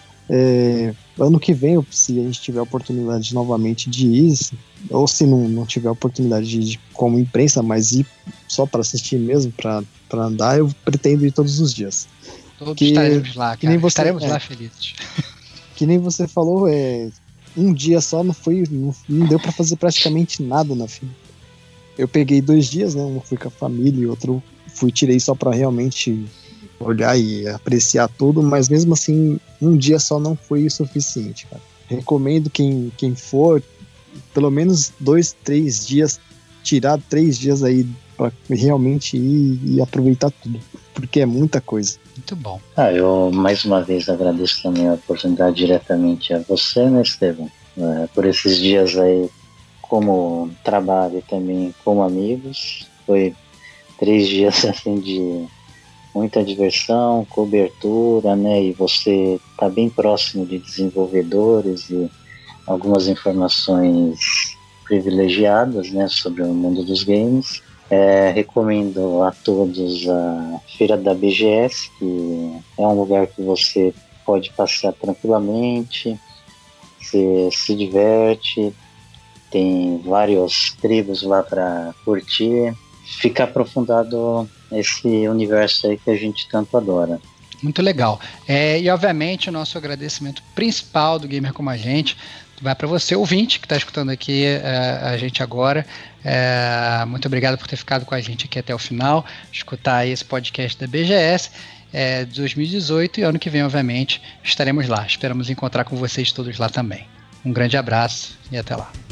É, ano que vem, se a gente tiver a oportunidade novamente de ir, ou se não, não tiver a oportunidade de ir como imprensa, mas ir só para assistir mesmo, para andar, eu pretendo ir todos os dias. Todos que, estaremos lá, cara. Que nem você, estaremos é, lá felizes. Que nem você falou, é, um dia só não foi, não, não deu para fazer praticamente nada na fila. Eu peguei dois dias, né? Um fui com a família e outro fui tirei só para realmente olhar e apreciar tudo, mas mesmo assim, um dia só não foi o suficiente, cara. Recomendo quem, quem for, pelo menos dois, três dias, tirar três dias aí para realmente ir e aproveitar tudo, porque é muita coisa. Muito bom. Ah, eu mais uma vez agradeço também a oportunidade diretamente a você, né, Estevam, é, por esses dias aí como trabalho e também como amigos. Foi três dias assim de muita diversão, cobertura, né? E você tá bem próximo de desenvolvedores e algumas informações privilegiadas, né, sobre o mundo dos games. É, recomendo a todos a Feira da B G S, que é um lugar que você pode passear tranquilamente, você se diverte, tem vários tribos lá para curtir, fica aprofundado esse universo aí que a gente tanto adora. Muito legal. É, e obviamente o nosso agradecimento principal do Gamer Como a Gente vai para você, ouvinte, que está escutando aqui é, a gente agora. É, muito obrigado por ter ficado com a gente aqui até o final, escutar esse podcast da B G S é, de dois mil e dezoito, e ano que vem, obviamente, estaremos lá. Esperamos encontrar com vocês todos lá também. Um grande abraço e até lá.